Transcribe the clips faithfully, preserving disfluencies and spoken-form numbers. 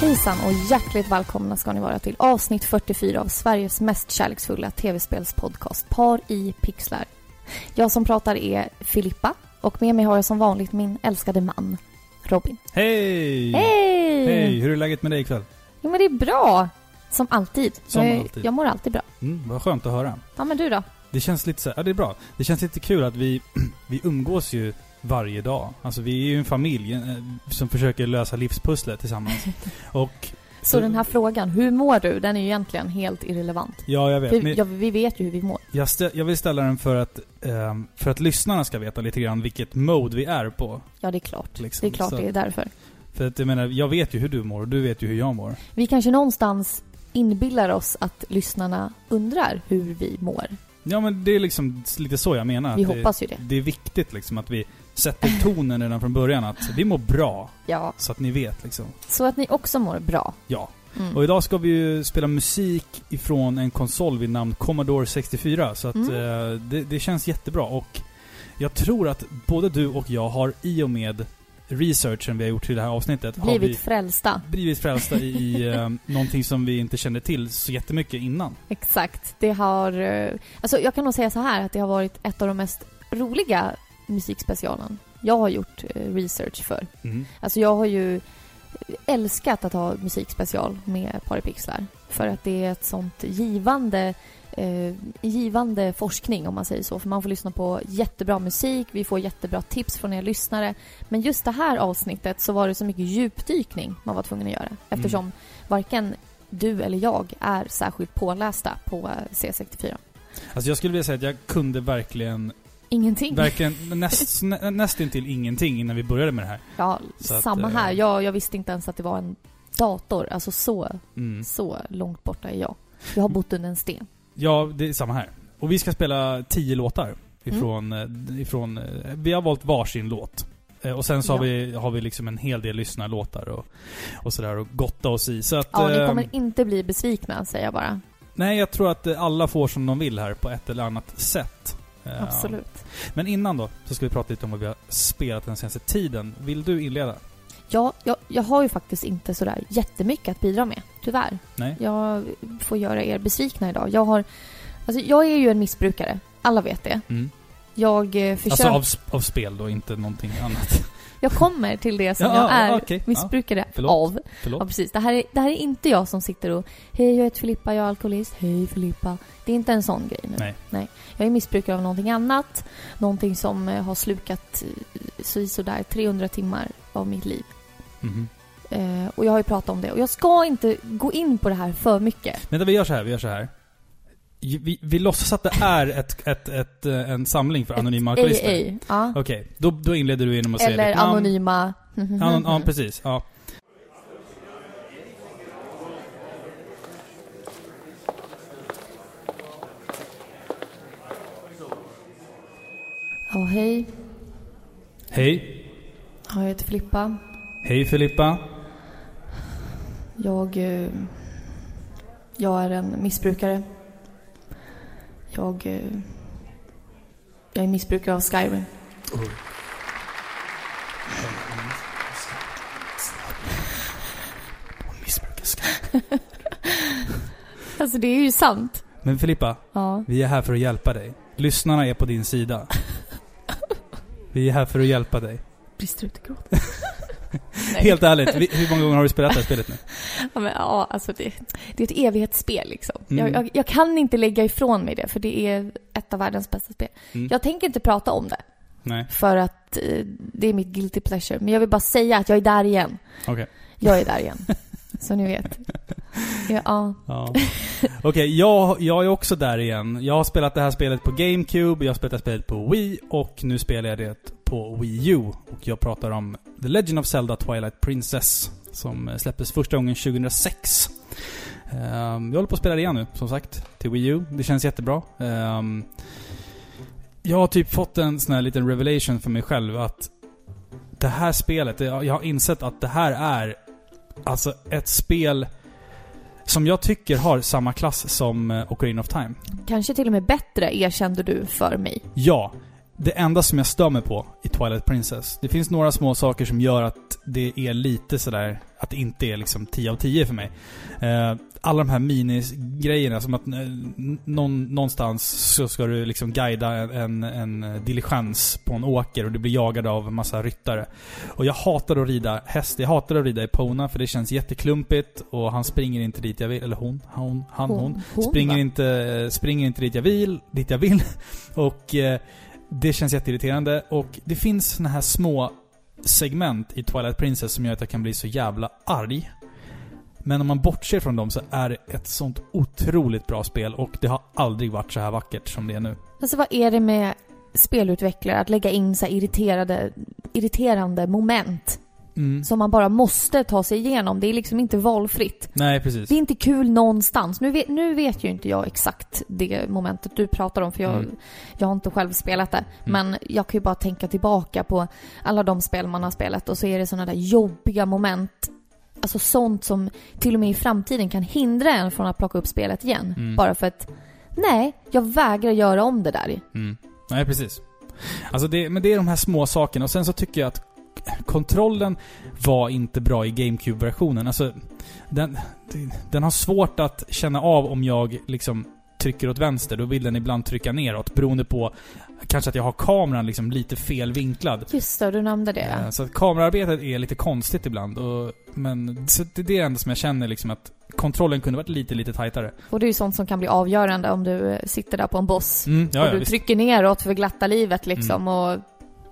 Hejsan och hjärtligt välkomna ska ni vara till avsnitt fyrtiofyra av Sveriges mest kärleksfulla tv-spelspodcast Par i pixlar. Jag som pratar är Filippa och med mig har jag som vanligt min älskade man Robin. Hej! Hej! Hej, hur är läget med dig ikväll? Jo men det är bra, som alltid. Som jag, alltid. jag mår alltid bra. Mm, vad skönt att höra. Ja men du då? Det känns lite så här, ja det är bra. Det känns lite kul att vi, vi umgås ju varje dag. Alltså vi är ju en familj eh, som försöker lösa livspusslet tillsammans. Och Så den här frågan, hur mår du? Den är ju egentligen helt irrelevant. Ja, jag vet. För, Men ja, vi vet ju hur vi mår. jag, stä- jag vill ställa den för att, eh, för att lyssnarna ska veta lite grann vilket mode vi är på. Ja, det är klart. Liksom. Det är klart Så- det är därför. För att jag menar, jag vet ju hur du mår och du vet ju hur jag mår. Vi kanske någonstans inbillar oss att lyssnarna undrar hur vi mår. Ja, men det är liksom lite så jag menar. Vi att hoppas ju det. Det är viktigt liksom att vi sätter tonen redan från början att vi mår bra. Ja, Så att ni vet liksom. så att ni också mår bra. Ja. Mm. Och idag ska vi ju spela musik ifrån en konsol vid namn Commodore sextiofyra. Så att Mm. eh, det, det känns jättebra. Och jag tror att både du och jag har i och med researchen vi har gjort i det här avsnittet har Blivit vi frälsta. blivit frälsta i, i eh, någonting som vi inte kände till så jättemycket innan. Exakt. Det har... eh, Alltså jag kan nog säga så här att det har varit ett av de mest roliga musikspecialen jag har gjort eh, research för. Mm. Alltså jag har ju älskat att ha musikspecial med Par i pixlar. För att det är ett sånt givande, eh, givande forskning om man säger så. För man får lyssna på jättebra musik, vi får jättebra tips från er lyssnare. Men just det här avsnittet så var det så mycket djupdykning man var tvungen att göra. Eftersom Mm. varken du eller jag är särskilt pålästa på C sextiofyra. Alltså jag skulle vilja säga att jag kunde verkligen Ingenting. verkligen näst, nä, nästintill ingenting innan vi började med det här. Ja, Så att, samma eh, här. Jag, jag visste inte ens att det var en dator. Alltså så, Mm. så långt borta är jag. Jag har bott under en sten. Ja, det är samma här. Och vi ska spela tio låtar Mm. ifrån, eh, ifrån eh, vi har valt varsin låt. Eh, Och sen så har Ja. vi har vi liksom en hel del lyssnarlåtar och och så där och gotta oss i. Så att Ja, ni eh, kommer inte bli besvikna, säger jag bara. nej, jag tror att eh, alla får som de vill här på ett eller annat sätt. Eh, Absolut. Men innan då så ska vi prata lite om vad vi har spelat den senaste tiden. Vill du inleda? Ja, jag, jag har ju faktiskt inte sådär jättemycket att bidra med, tyvärr. Nej. Jag får göra er besvikna idag. Jag har... Alltså, jag är ju en missbrukare. Alla vet det. Mm. Jag eh, försöker... Alltså av, av spel då, inte någonting annat. Jag kommer till det som Ja, jag ja, är okej. missbrukare Förlåt. av. Förlåt. Ja, precis. Det här, är, det här är inte jag som sitter och hej, jag heter Filippa, jag är alkoholist. Hej Filippa. Det är inte en sån grej nu. Nej. Nej. Jag är missbrukare av någonting annat. Någonting som eh, har slukat eh, så sådär trehundra timmar av mitt liv. Mhm. Eh, och jag har ju pratat om det. Och jag ska inte gå in på det här för mycket. Men då vi gör så här, vi gör så här. Vi, vi låtsas att det är ett, ett, ett, eh, en samling för anonyma alkoholister. Ej, ej. Ja. Okej, då, då inleder du genom att säga Eller ditt namn. anonyma. Anon, ja, precis. Ja. Ja, hej. Hej. Ja, jag heter Filippa. Hej Filippa. Jag, eh, jag är en missbrukare. Jag, eh, jag är missbrukare av Skyrim. Hon missbrukar Skyrim. Alltså det är ju sant. Men Filippa, Ja. vi är här för att hjälpa dig. Lyssnarna är på din sida. Vi är här för att hjälpa dig. Brister ut i gråt. Helt ärligt, vi- hur många gånger har du spelat det här spelet nu? Ja, men, ja, alltså det, det är ett evighetsspel liksom. Mm. Jag, jag, jag kan inte lägga ifrån mig det, för det är ett av världens bästa spel. Mm. Jag tänker inte prata om det, Nej, för att eh, det är mitt guilty pleasure. Men jag vill bara säga att jag är där igen. okej. Jag är där igen. Så ni vet. Ja, ja. Ja. Okej, jag, jag är också där igen. Jag har spelat det här spelet på GameCube, jag har spelat det här spelet på Wii och nu spelar jag det på Wii U. Och jag pratar om The Legend of Zelda Twilight Princess som släpptes första gången tjugohundrasex. Um, jag håller på att spela det igen nu, som sagt, till Wii U. Det känns jättebra. Um, jag har typ fått en sån här liten revelation för mig själv att det här spelet, jag har insett att det här är alltså ett spel som jag tycker har samma klass som uh, Ocarina of Time. Kanske till och med bättre, erkände du för mig. Ja, det enda som jag stör mig på i Twilight Princess, det finns några små saker som gör att det är lite sådär, att det inte är liksom tio av tio för mig. Eh, alla de här minisgrejerna, som att eh, någon, någonstans så ska du liksom guida en, en diligens på en åker och du blir jagad av en massa ryttare. Och jag hatar att rida häst, jag hatar att rida i Epona för det känns jätteklumpigt och han springer inte dit jag vill, eller hon, hon han, hon, hon, hon springer, inte, springer inte dit jag vill, dit jag vill. Och eh, det känns jätteirriterande. Och det finns såna här små segment i Twilight Princess som gör att jag kan bli så jävla arg. Men om man bortser från dem så är det ett sånt otroligt bra spel. Och det har aldrig varit så här vackert som det är nu. Alltså vad är det med spelutvecklare att lägga in så här irriterade, irriterande moment mm. som man bara måste ta sig igenom? Det är liksom inte valfritt. Nej, precis. Det är inte kul någonstans. Nu vet, nu vet ju inte jag exakt det momentet du pratar om, för jag, mm. jag har inte själv spelat det. Mm. Men jag kan ju bara tänka tillbaka på alla de spel man har spelat och så är det såna där jobbiga moment. Alltså sånt som till och med i framtiden kan hindra en från att plocka upp spelet igen. Mm. Bara för att, nej, jag vägrar göra om det där. Mm. Nej, precis. Alltså det, men det är de här små sakerna. Och sen så tycker jag att kontrollen var inte bra i GameCube-versionen. Alltså, den, den har svårt att känna av om jag liksom trycker åt vänster. Då vill den ibland trycka neråt. Beroende på kanske att jag har kameran liksom lite felvinklad. Just det, du nämnde det. Så att kamerarbetet är lite konstigt ibland. Och, men så det är det enda som jag känner liksom att kontrollen kunde varit lite, lite tajtare. Och det är ju sånt som kan bli avgörande om du sitter där på en boss. Mm, ja, och ja, du visst. trycker neråt för glatta livet liksom. Mm. Och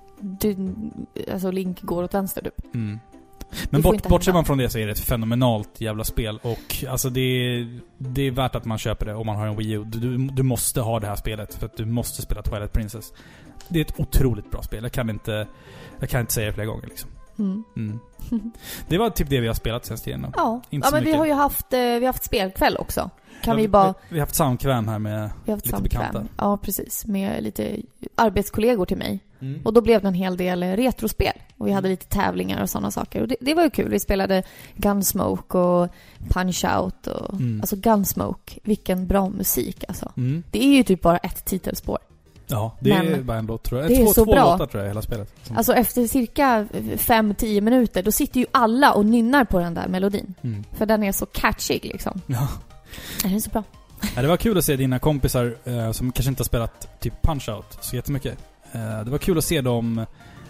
du, alltså Link går åt vänster typ. Mm. Men bort, bortser man från det så är det ett fenomenalt jävla spel. Och alltså det är, det är värt att man köper det om man har en Wii U. Du, du måste ha det här spelet för att du måste spela Twilight Princess. Det är ett otroligt bra spel. Jag kan inte, jag kan inte säga det flera gånger liksom. Mm. Mm. Det var typ det vi har spelat sen tiden. Ja, inte ja men mycket. vi har ju haft, eh, vi har haft spelkväll också. Kan ja, vi bara... Vi har haft samkväm här med vi har haft lite samkväm. bekanta. Ja, precis. Med lite arbetskollegor till mig. Mm. Och då blev det en hel del retrospel. Och vi hade lite tävlingar och sådana saker. Och det, det var ju kul. Vi spelade Gunsmoke och Punch-Out. Och, mm. Alltså Gunsmoke, vilken bra musik alltså. Mm. Det är ju typ bara ett titelspår. Ja, det Men är bara en låt tror jag. Det två, är så två bra. låtar tror jag hela spelet. Så. Alltså efter cirka fem till tio minuter då sitter ju alla och nynnar på den där melodin. Mm. För den är så catchy liksom. Ja. Den är så bra. Ja, det var kul att se dina kompisar eh, som kanske inte har spelat typ Punch-Out så jättemycket. Eh, det var kul att se dem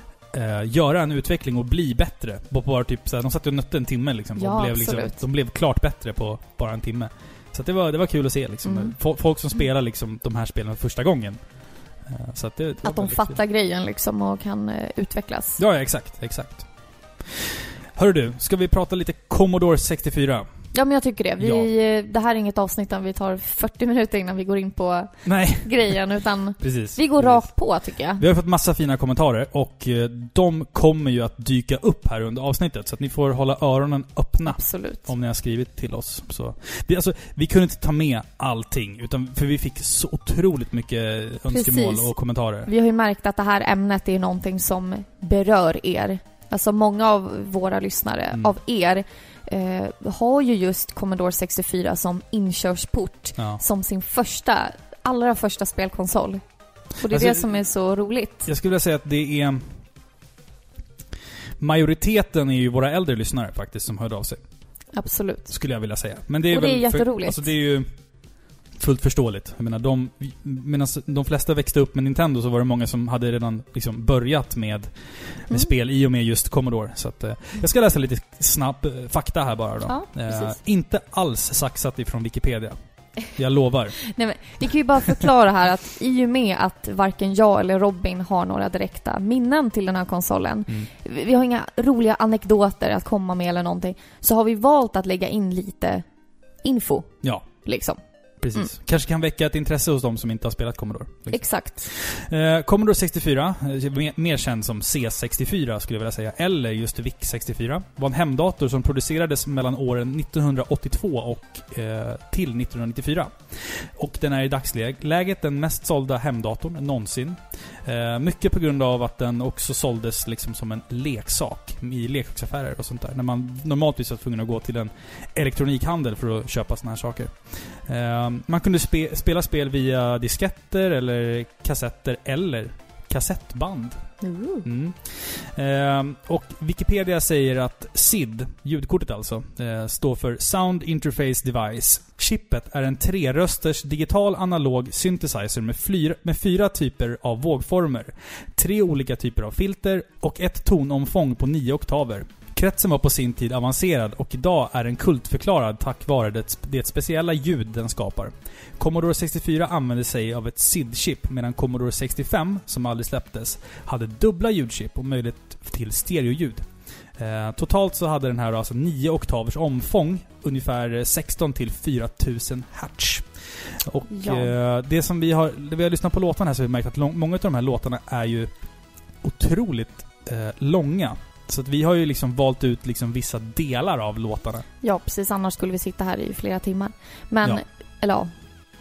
eh, göra en utveckling och bli bättre. Bara typ så här, de satt och nötte en timme liksom, ja, och blev liksom, de blev klart bättre på bara en timme. Så att det var det var kul att se liksom mm. folk som spelar liksom de här spelen första gången. Eh, så att det, det att de fattar kul. Grejen liksom och kan eh, utvecklas. Ja, exakt, exakt. Hör du, ska vi prata lite Commodore sextiofyra? Ja, men jag tycker det. Vi, ja. Det här är inget avsnitt där vi tar fyrtio minuter innan vi går in på Nej. grejen, utan precis, vi går precis. rakt på, tycker jag. Vi har fått massa fina kommentarer och de kommer ju att dyka upp här under avsnittet. Så att ni får hålla öronen öppna. Absolut. Om ni har skrivit till oss. Så. Det, alltså, vi kunde inte ta med allting, utan, för vi fick så otroligt mycket önskemål precis. Och kommentarer. Vi har ju märkt att det här ämnet är någonting som berör er. Alltså många av våra lyssnare, mm. av er, eh, har ju just Commodore sextiofyra som inkörsport. Ja. Som sin första, allra första spelkonsol. Och det är alltså, det som är så roligt. Jag skulle vilja säga att det är... Majoriteten är ju våra äldre lyssnare faktiskt som hörde av sig. Absolut. Skulle jag vilja säga. Men det är och det väl är jätteroligt. För, alltså det är ju fullt förståeligt. Jag menar, de, medan de flesta växte upp med Nintendo så var det många som hade redan liksom börjat med, med mm. spel i och med just Commodore. Så att, eh, jag ska läsa lite snabb eh, fakta här bara då. Ja, eh, inte alls saxat ifrån Wikipedia. Jag lovar. Nej, men vi kan ju bara förklara här att i och med att varken jag eller Robin har några direkta minnen till den här konsolen. Mm. Vi har inga roliga anekdoter att komma med eller någonting. Så har vi valt att lägga in lite info. Ja. Liksom. Precis. Mm. Kanske kan väcka ett intresse hos de som inte har spelat Commodore. Liksom. Exakt. Eh, Commodore sextiofyra, mer, mer känd som C sextiofyra skulle jag vilja säga, eller just V I C sextiofyra, var en hemdator som producerades mellan åren nittonhundraåttiotvå och eh, till nittonhundranittiofyra. Och den är i dagsläget den mest sålda hemdatorn någonsin. Eh, mycket på grund av att den också såldes liksom som en leksak i leksaksaffärer och sånt där. När man normaltvis var tvungen att gå till en elektronikhandel för att köpa såna här saker. Eh, man kunde spe- spela spel via disketter eller kassetter eller kassettband. Ooh. Mm. Eh, och Wikipedia säger att S I D, ljudkortet alltså, eh, står för Sound Interface Device. Chippet är en trerösters digital analog synthesizer med, flyr, med fyra typer av vågformer, tre olika typer av filter och ett tonomfång på nio oktaver. Kretsen var på sin tid avancerad och idag är den kultförklarad tack vare det, det speciella ljud den skapar. Commodore sextiofyra använde sig av ett S I D-chip medan Commodore sextiofem, som aldrig släpptes, hade dubbla ljudchip och möjlighet till stereoljud. Eh, totalt så hade den här alltså nio oktavers omfång, ungefär sexton till fyra tusen hertz. Och ja. eh, det som vi har, det vi har lyssnat på låtarna här, så har vi märkt att lång, många av de här låtarna är ju otroligt eh, långa. Så att vi har ju liksom valt ut liksom vissa delar av låtarna. Ja, precis. Annars skulle vi sitta här i flera timmar. Men, ja. eller ja,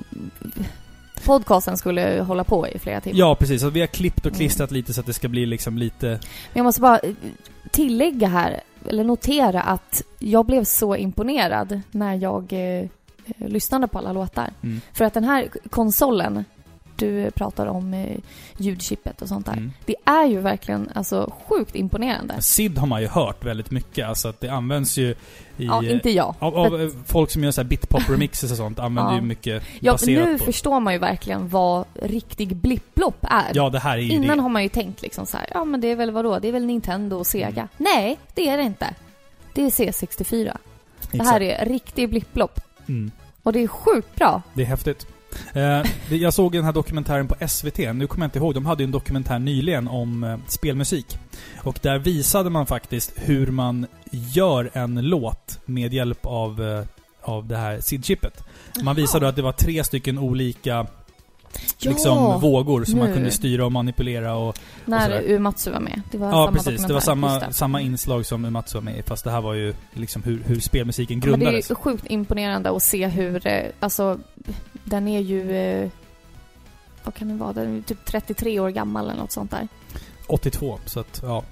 podcasten skulle hålla på i flera timmar. Ja, precis. Så vi har klippt och klistrat mm. lite så att det ska bli liksom lite... Men jag måste bara tillägga här, eller notera att jag blev så imponerad när jag eh, lyssnade på alla låtar. Mm. För att den här konsolen, du pratar om eh, ljudchippet och sånt där. Mm. Det är ju verkligen alltså sjukt imponerande. S I D har man ju hört väldigt mycket. Alltså att det används ju i... Ja, inte jag. Av, av folk som gör så här bitpop-remixes och sånt använder ja. ju mycket ja, baserat nu på... förstår man ju verkligen vad riktig blipplopp är. Ja, det här är ju Innan det. har man ju tänkt liksom så här, ja men det är väl vadå? Det är väl Nintendo och Sega. Mm. Nej, det är det inte. Det är C sextiofyra. Exakt. Det här är riktig blipplopp. Mm. Och det är sjukt bra. Det är häftigt. Eh, jag såg den här dokumentären på S V T. Nu kommer jag inte ihåg. De hade ju en dokumentär nyligen om eh, spelmusik. Och där visade man faktiskt hur man gör en låt med hjälp av, eh, av det här S I D-chippet. Man visade att det var tre stycken olika liksom, ja, vågor som nu. man kunde styra och manipulera. Och, När och Uematsu var med. Det var ja, samma precis. Det var samma, samma inslag som Uematsu var med i. Fast det här var ju liksom hur, hur spelmusiken grundades. Ja, men det är sjukt imponerande att se hur... Eh, alltså, den är ju... Eh, vad kan det vara? Den är typ trettiotre år gammal eller något sånt där. åttiotvå, så att, ja.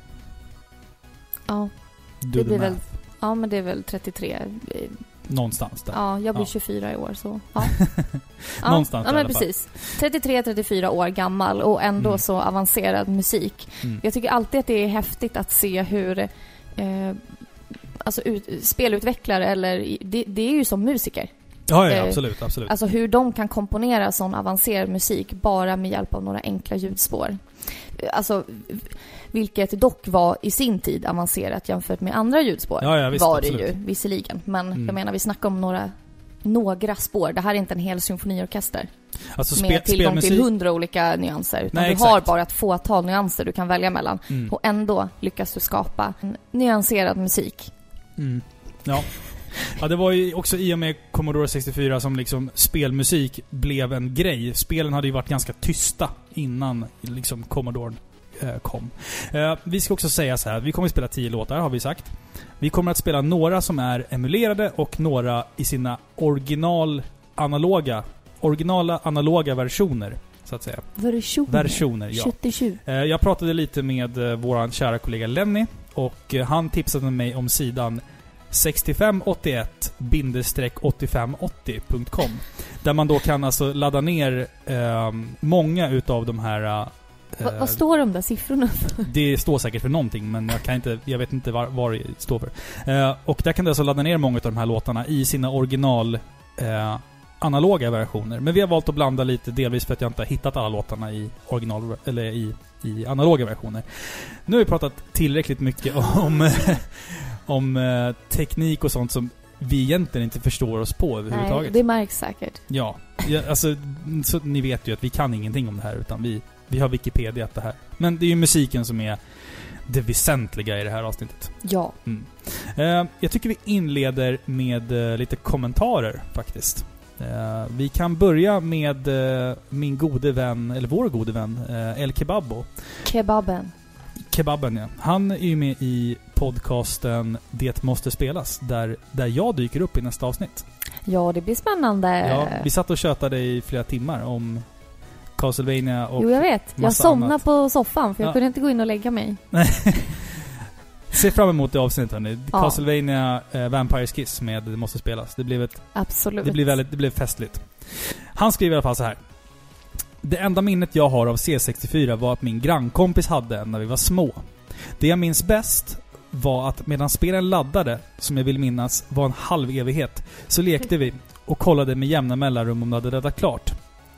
Ja. Du det blir väl... Ja, men det är väl trettiotre. Någonstans där. Ja, jag blir ja. tjugofyra i år, så... Ja. ja. Någonstans ja, i men alla precis. trettiotre till trettiofyra år gammal och ändå mm. så avancerad musik. Mm. Jag tycker alltid att det är häftigt att se hur... Eh, alltså ut, spelutvecklare eller... Det, det är ju som musiker. Ja, ja, absolut, absolut. Alltså hur de kan komponera sån avancerad musik bara med hjälp av några enkla ljudspår. Alltså, vilket dock var i sin tid avancerat jämfört med andra ljudspår. Ja, ja, visst, var absolut. det ju, visserligen. Men mm. jag menar, vi snackar om några, några spår. Det här är inte en hel symfoniorkester. Alltså med spe- tillgång spelmusik... till hundra olika nyanser. Utan Nej, du exakt. har bara ett fåtal nyanser du kan välja mellan. Mm. Och ändå lyckas du skapa en nyanserad musik. Mm. Ja. Ja, det var ju också i och med Commodore sextiofyra som liksom spelmusik blev en grej. Spelen hade ju varit ganska tysta innan liksom Commodore eh, kom. Eh, vi ska också säga så här, vi kommer att spela tio låtar har vi sagt. Vi kommer att spela några som är emulerade och några i sina original analoga originala analoga versioner så att säga. Versioner. Versioner, ja. sjuttiosju. Eh, jag pratade lite med eh, våran kära kollega Lenny och eh, han tipsade mig om sidan sextiofem åttioett åttiofem åttio punkt com där man då kan alltså ladda ner eh, många utav de här eh, Va, vad står de där siffrorna för? Det står säkert för någonting, men jag kan inte jag vet inte var, vad det står för. Eh, och där kan du alltså ladda ner många av de här låtarna i sina original eh, analoga versioner. Men vi har valt att blanda lite, delvis för att jag inte har hittat alla låtarna i original eller i, i analoga versioner. Nu har vi pratat tillräckligt mycket om om eh, teknik och sånt som vi egentligen inte förstår oss på överhuvudtaget. Nej, det märks säkert. Ja, ja alltså så ni vet ju att vi kan ingenting om det här utan vi vi har Wikipedia det här. Men det är ju musiken som är det väsentliga i det här avsnittet. Ja. Mm. Eh, jag tycker vi inleder med eh, lite kommentarer faktiskt. Eh, vi kan börja med eh, min gode vän, eller vår gode vän, eh, El Kebabbo. Kebaben. Kebaben, ja. Han är ju med i podcasten Det måste spelas, där, där jag dyker upp i nästa avsnitt. Ja, det blir spännande. Ja, vi satt och tjötade i flera timmar om Castlevania och jo, jag vet. Jag somnade annat. på soffan för jag ja. kunde inte gå in och lägga mig. Se fram emot det avsnittet, hörni. Ja. Castlevania eh, Vampire's Kiss med Det måste spelas. Det blev ett Absolut. Det blev väldigt det blev festligt. Han skriver i alla fall så här: Det enda minnet jag har av C sextiofyra var att min grannkompis hade en när vi var små. Det jag minns bäst var att medan spelen laddade, som jag vill minnas var en halv evighet, så lekte vi och kollade med jämna mellanrum om det hade laddat klart.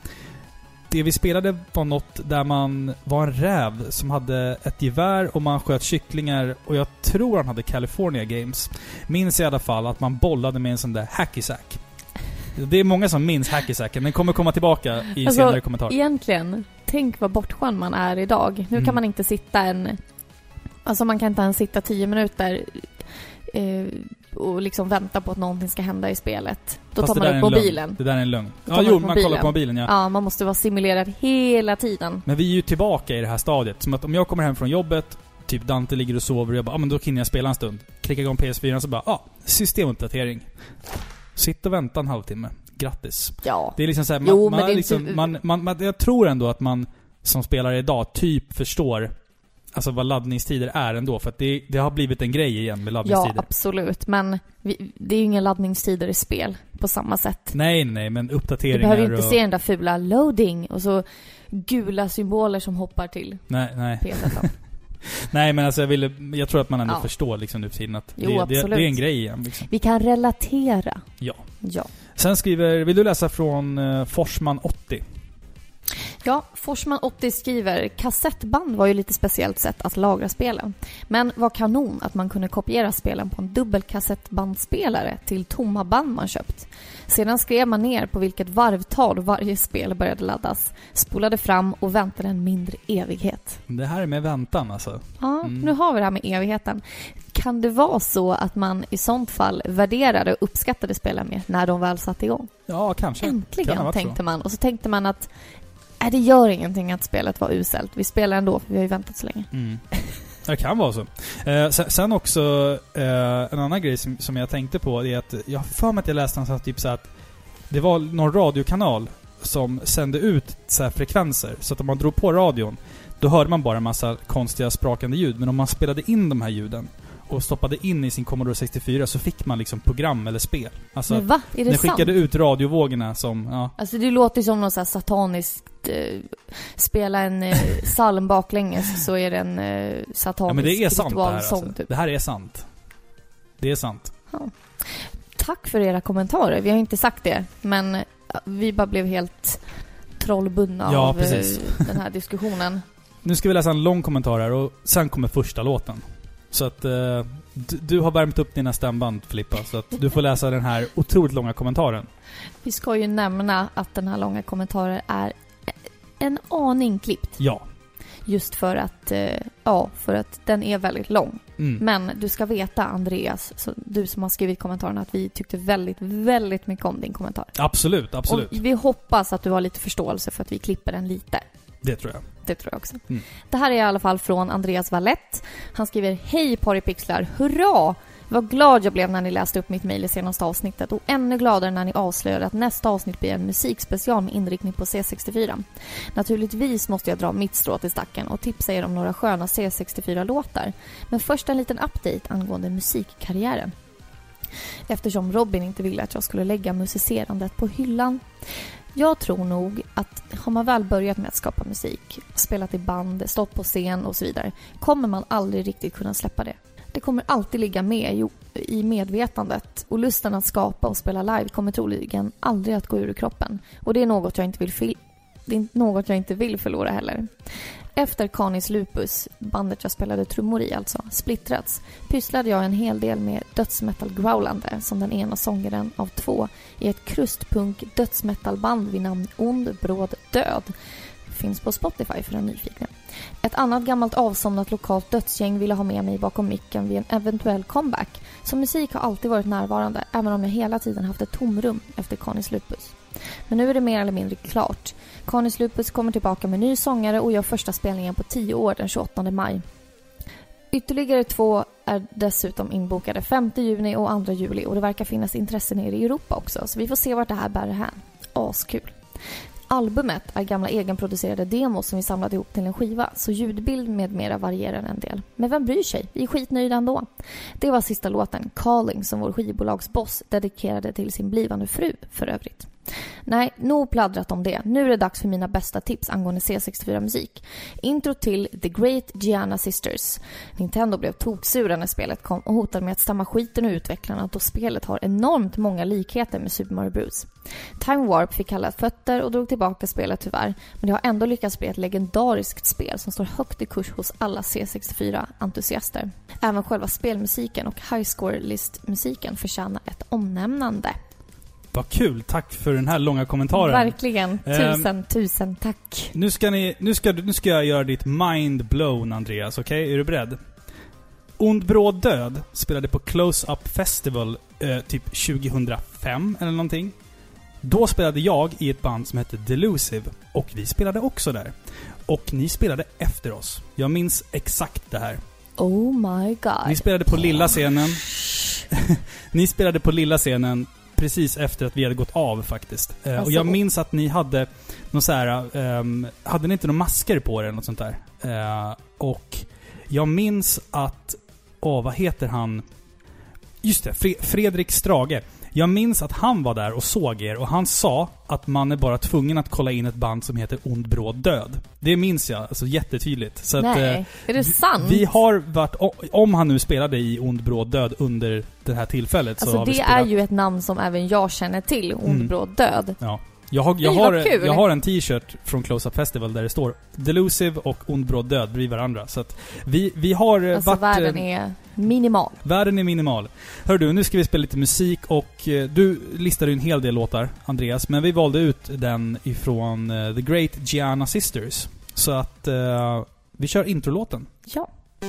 Det vi spelade var något där man var en räv som hade ett gevär och man sköt kycklingar, och jag tror han hade California Games. Minns i alla fall att man bollade med en sån där hacky sack. Det är många som minns hacky sacken. Den kommer komma tillbaka i alltså, senare kommentarer. Egentligen, tänk vad bortskämd man är idag. Nu mm. kan man inte sitta en... Alltså man kan inte ens sitta tio minuter eh, och liksom vänta på att någonting ska hända i spelet. Då Fast tar man upp mobilen. Lögn. Det där är en lögn. Ja, jo, man, man kollar på mobilen, ja. Ja, man måste vara simulerad hela tiden. Men vi är ju tillbaka i det här stadiet. Som att om jag kommer hem från jobbet, typ Dante ligger och sover och jag bara, ja ah, men då kan jag spela en stund. Klickar igång P S fyra och så bara, ja, ah, systemuppdatering. Sitt och vänta en halvtimme. Grattis. Ja. Det är liksom så här, man, jo, man, men det är liksom, inte... man, man, man, jag tror ändå att man som spelare idag typ förstår alltså vad laddningstider är ändå. För att det, det har blivit en grej igen med laddningstider. Ja, absolut. Men vi, det är ju inga laddningstider i spel på samma sätt. Nej, nej, men uppdateringar. Du behöver inte och... se den där fula loading och så gula symboler som hoppar till. Nej, nej. P S. Nej, men alltså jag, ville, jag tror att man ändå ja. förstår liksom nu för tiden att jo, det, det, det är en grej igen. Liksom. Vi kan relatera. Ja. ja. Sen skriver, vill du läsa från uh, Forsman åttio? Ja, Forsman åttio skriver, kassettband var ju lite speciellt sätt att lagra spelen. Men var kanon att man kunde kopiera spelen på en dubbelkassettbandspelare till tomma band man köpt. Sedan skrev man ner på vilket varvtal varje spel började laddas, spolade fram och väntade en mindre evighet. Det här är med väntan alltså. Ja, mm. nu har vi det här med evigheten. Kan det vara så att man i sånt fall värderade och uppskattade spelen mer när de väl satt igång? Ja, kanske. Äntligen, tänkte så. man. Och så tänkte man att äh, det gör ingenting att spelet var uselt. Vi spelar ändå, för vi har ju väntat så länge. Mm. Det kan vara så. Eh, sen, sen också eh, en annan grej som, som jag tänkte på är att jag har för mig att jag läste någonstans typ så att det var någon radiokanal som sände ut så här frekvenser. Så att om man drog på radion, då hörde man bara en massa konstiga sprakande ljud. Men om man spelade in de här ljuden och stoppade in i sin Commodore sextiofyra så fick man liksom program eller spel. Alltså, men va? Är det den sant? skickade ut radiovågorna som... Ja. Alltså det låter ju som något så här sataniskt... Eh, spela en eh, psalm baklänges så är det en eh, satanisk ja, men det är sant det här, sång, alltså. typ. Det här är sant. Det är sant. Ja. Tack för era kommentarer. Vi har inte sagt det, men vi bara blev helt trollbundna ja, av precis. den här diskussionen. Nu ska vi läsa en lång kommentar här och sen kommer första låten. Så att eh, du, du har värmt upp dina stämband, Filippa, så att du får läsa den här otroligt långa kommentaren. Vi ska ju nämna att den här långa kommentaren är en aning klippt. Ja. Just för att, eh, ja, för att den är väldigt lång. Mm. Men du ska veta, Andreas, så du som har skrivit kommentaren, att vi tyckte väldigt, väldigt mycket om din kommentar. Absolut, absolut. Och vi hoppas att du har lite förståelse för att vi klipper den lite. Det tror jag. Det tror jag också. Mm. Det här är i alla fall från Andreas Wallett. Han skriver: hej Paripixlar, hurra! Vad glad jag blev när ni läste upp mitt mejl i senaste avsnittet, och ännu gladare när ni avslöjade att nästa avsnitt blir en musikspecial med inriktning på C sextiofyra. Naturligtvis måste jag dra mitt strå till stacken och tipsa er om några sköna C sextiofyra-låtar. Men först en liten update angående musikkarriären. Eftersom Robin inte ville att jag skulle lägga musicerandet på hyllan. Jag tror nog att har man väl börjat med att skapa musik, spelat i band, stått på scen och så vidare, kommer man aldrig riktigt kunna släppa det. Det kommer alltid ligga med i medvetandet, och lusten att skapa och spela live kommer troligen aldrig att gå ur kroppen. Och det är något jag inte vill, fil- det är något jag inte vill förlora heller. Efter Canis Lupus, bandet jag spelade trummor i alltså, splittrats, pysslade jag en hel del med dödsmetal-growlande som den ena sångaren av två i ett krustpunk dödsmetalband vid namn Ond Bråd Död. Finns på Spotify för den nyfikna. Ett annat gammalt avsomnat lokalt dödsgäng ville ha med mig bakom micken vid en eventuell comeback. Så musik har alltid varit närvarande, även om jag hela tiden haft ett tomrum efter Canis Lupus. Men nu är det mer eller mindre klart. Canis Lupus kommer tillbaka med ny sångare och gör första spelningen på tio år den tjugoåttonde maj. Ytterligare två är dessutom inbokade femte juni och andra juli, och det verkar finnas intresse nere i Europa också, så vi får se vart det här bär det här. Askul. Albumet är gamla egenproducerade demos som vi samlade ihop till en skiva, så ljudbild med mera varierar en del. Men vem bryr sig? Vi är skitnöjda ändå. Det var sista låten, Calling, som vår skivbolagsboss dedikerade till sin blivande fru för övrigt. Nej, nog pladdrat om det. Nu är det dags för mina bästa tips angående C sextiofyra-musik. Intro till The Great Giana Sisters. Nintendo blev toksura när spelet kom och hotade med att stämma skiten ur utvecklarna då spelet har enormt många likheter med Super Mario Bros. Time Warp fick kalla fötter och drog tillbaka spelet tyvärr, men det har ändå lyckats bli ett legendariskt spel som står högt i kurs hos alla C sextiofyra-entusiaster. Även själva spelmusiken och High Score-list-musiken förtjänar ett omnämnande. Vad kul, tack för den här långa kommentaren. Verkligen, tusen, um, tusen tack. Nu ska, ni, nu, ska, nu ska jag göra ditt mind blown, Andreas, okej? Okay? Är du beredd? Ond bråd död spelade på Close Up Festival eh, typ tjugohundrafem eller någonting. Då spelade jag i ett band som hette Delusive och vi spelade också där. Och ni spelade efter oss. Jag minns exakt det här. Oh my god. Ni spelade på lilla scenen. Ni spelade på lilla scenen precis efter att vi hade gått av faktiskt. Uh, alltså, och jag minns att ni hade någon så här, um, hade ni inte några masker på er eller något sånt där? Uh, och jag minns att, åh, oh, vad heter han? Just det, Fre- Fredrik Strage. Jag minns att han var där och såg er och han sa att man är bara tvungen att kolla in ett band som heter Ond bråd död. Det minns jag, alltså jättetydligt. Så Nej, att, eh, är det sant? Vi har varit, om han nu spelade i Ond bråd död under det här tillfället alltså så har det vi spelat... är ju ett namn som även jag känner till, Ond Mm. bråd död. Ja. Jag har, jag, Nej, har, vad kul. jag har en t-shirt från Close Up Festival där det står Delusive och Ond bråd död bredvid varandra. Så att vi, vi har alltså varit... världen är minimal. Världen är minimal. Hör du, nu ska vi spela lite musik och eh, du listade ju en hel del låtar, Andreas, men vi valde ut den ifrån eh, The Great Giana Sisters. Så att eh, vi kör introlåten. Ja.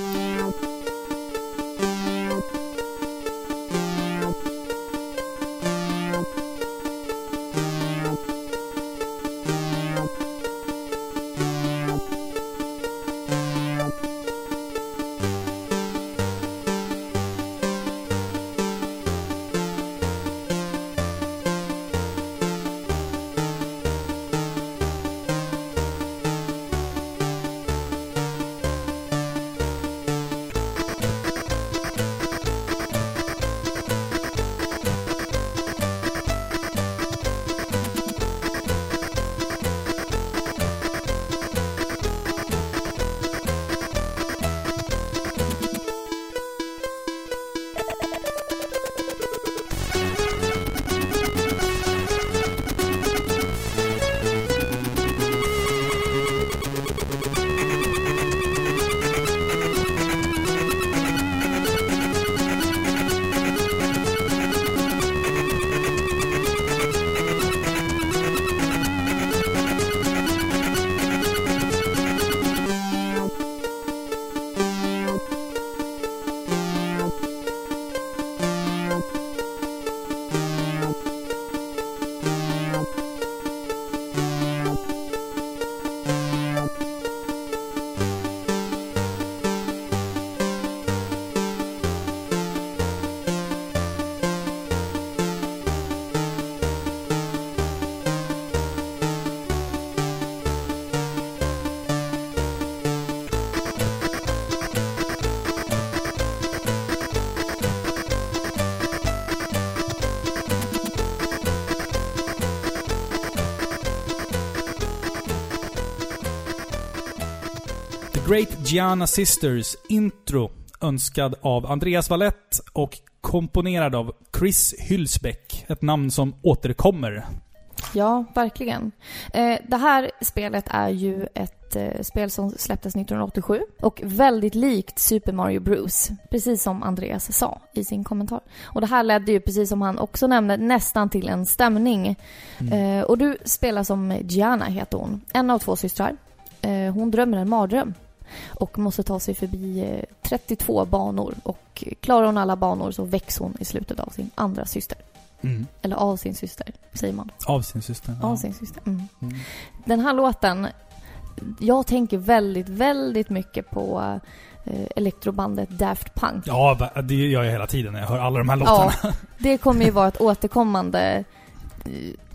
Great Giana Sisters intro önskad av Andreas Wallett och komponerad av Chris Hylsbeck. Ett namn som återkommer. Ja, verkligen. Eh, det här spelet är ju ett eh, spel som släpptes nittonhundraåttiosju och väldigt likt Super Mario Bros. Precis som Andreas sa i sin kommentar. Och det här ledde ju, precis som han också nämnde, nästan till en stämning. Mm. Eh, och du spelar som Giana, heter hon. En av två systrar. Eh, hon drömmer en mardröm och måste ta sig förbi eh, trettiotvå banor. Och klarar hon alla banor så väcks hon i slutet av sin andra syster. Mm. Eller av sin syster, säger man. Av sin syster. Ja. Av sin syster. Mm. Mm. Den här låten, jag tänker väldigt, väldigt mycket på eh, elektrobandet Daft Punk. Ja, det gör jag hela tiden när jag hör alla de här låtarna. Ja, det kommer ju vara ett återkommande eh,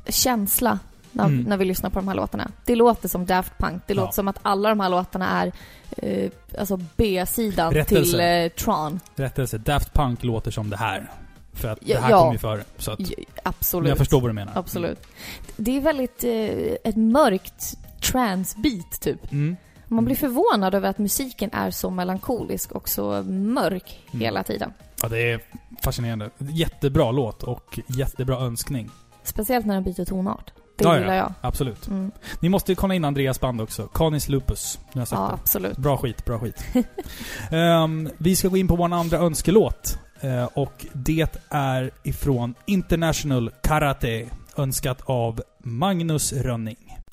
känsla när, mm. när vi lyssnar på de här låtarna. Det låter som Daft Punk. Det ja. låter som att alla de här låtarna är eh, alltså B-sidan till eh, Tron. Rättelse, Daft Punk låter som det här. För att Ja, det här ja. kommer ju före. Så att, Ja, absolut. men jag förstår vad du menar. Absolut. Det är väldigt eh, ett mörkt trance-beat typ. Mm. Man blir förvånad över att musiken är så melankolisk och så mörk Mm. hela tiden. Ja, det är fascinerande. Jättebra låt och jättebra önskning. Speciellt när den byter tonart. Det Ja, ja. gillar jag. Absolut. Mm. Ni måste ju kolla in Andreas band också. Canis Lupus. Nu har jag sagt Ja, det. absolut. Bra skit, bra skit. um, vi ska gå in på vår andra önskelåt. Uh, och det är ifrån International Karate. Önskat av Magnus Rönning.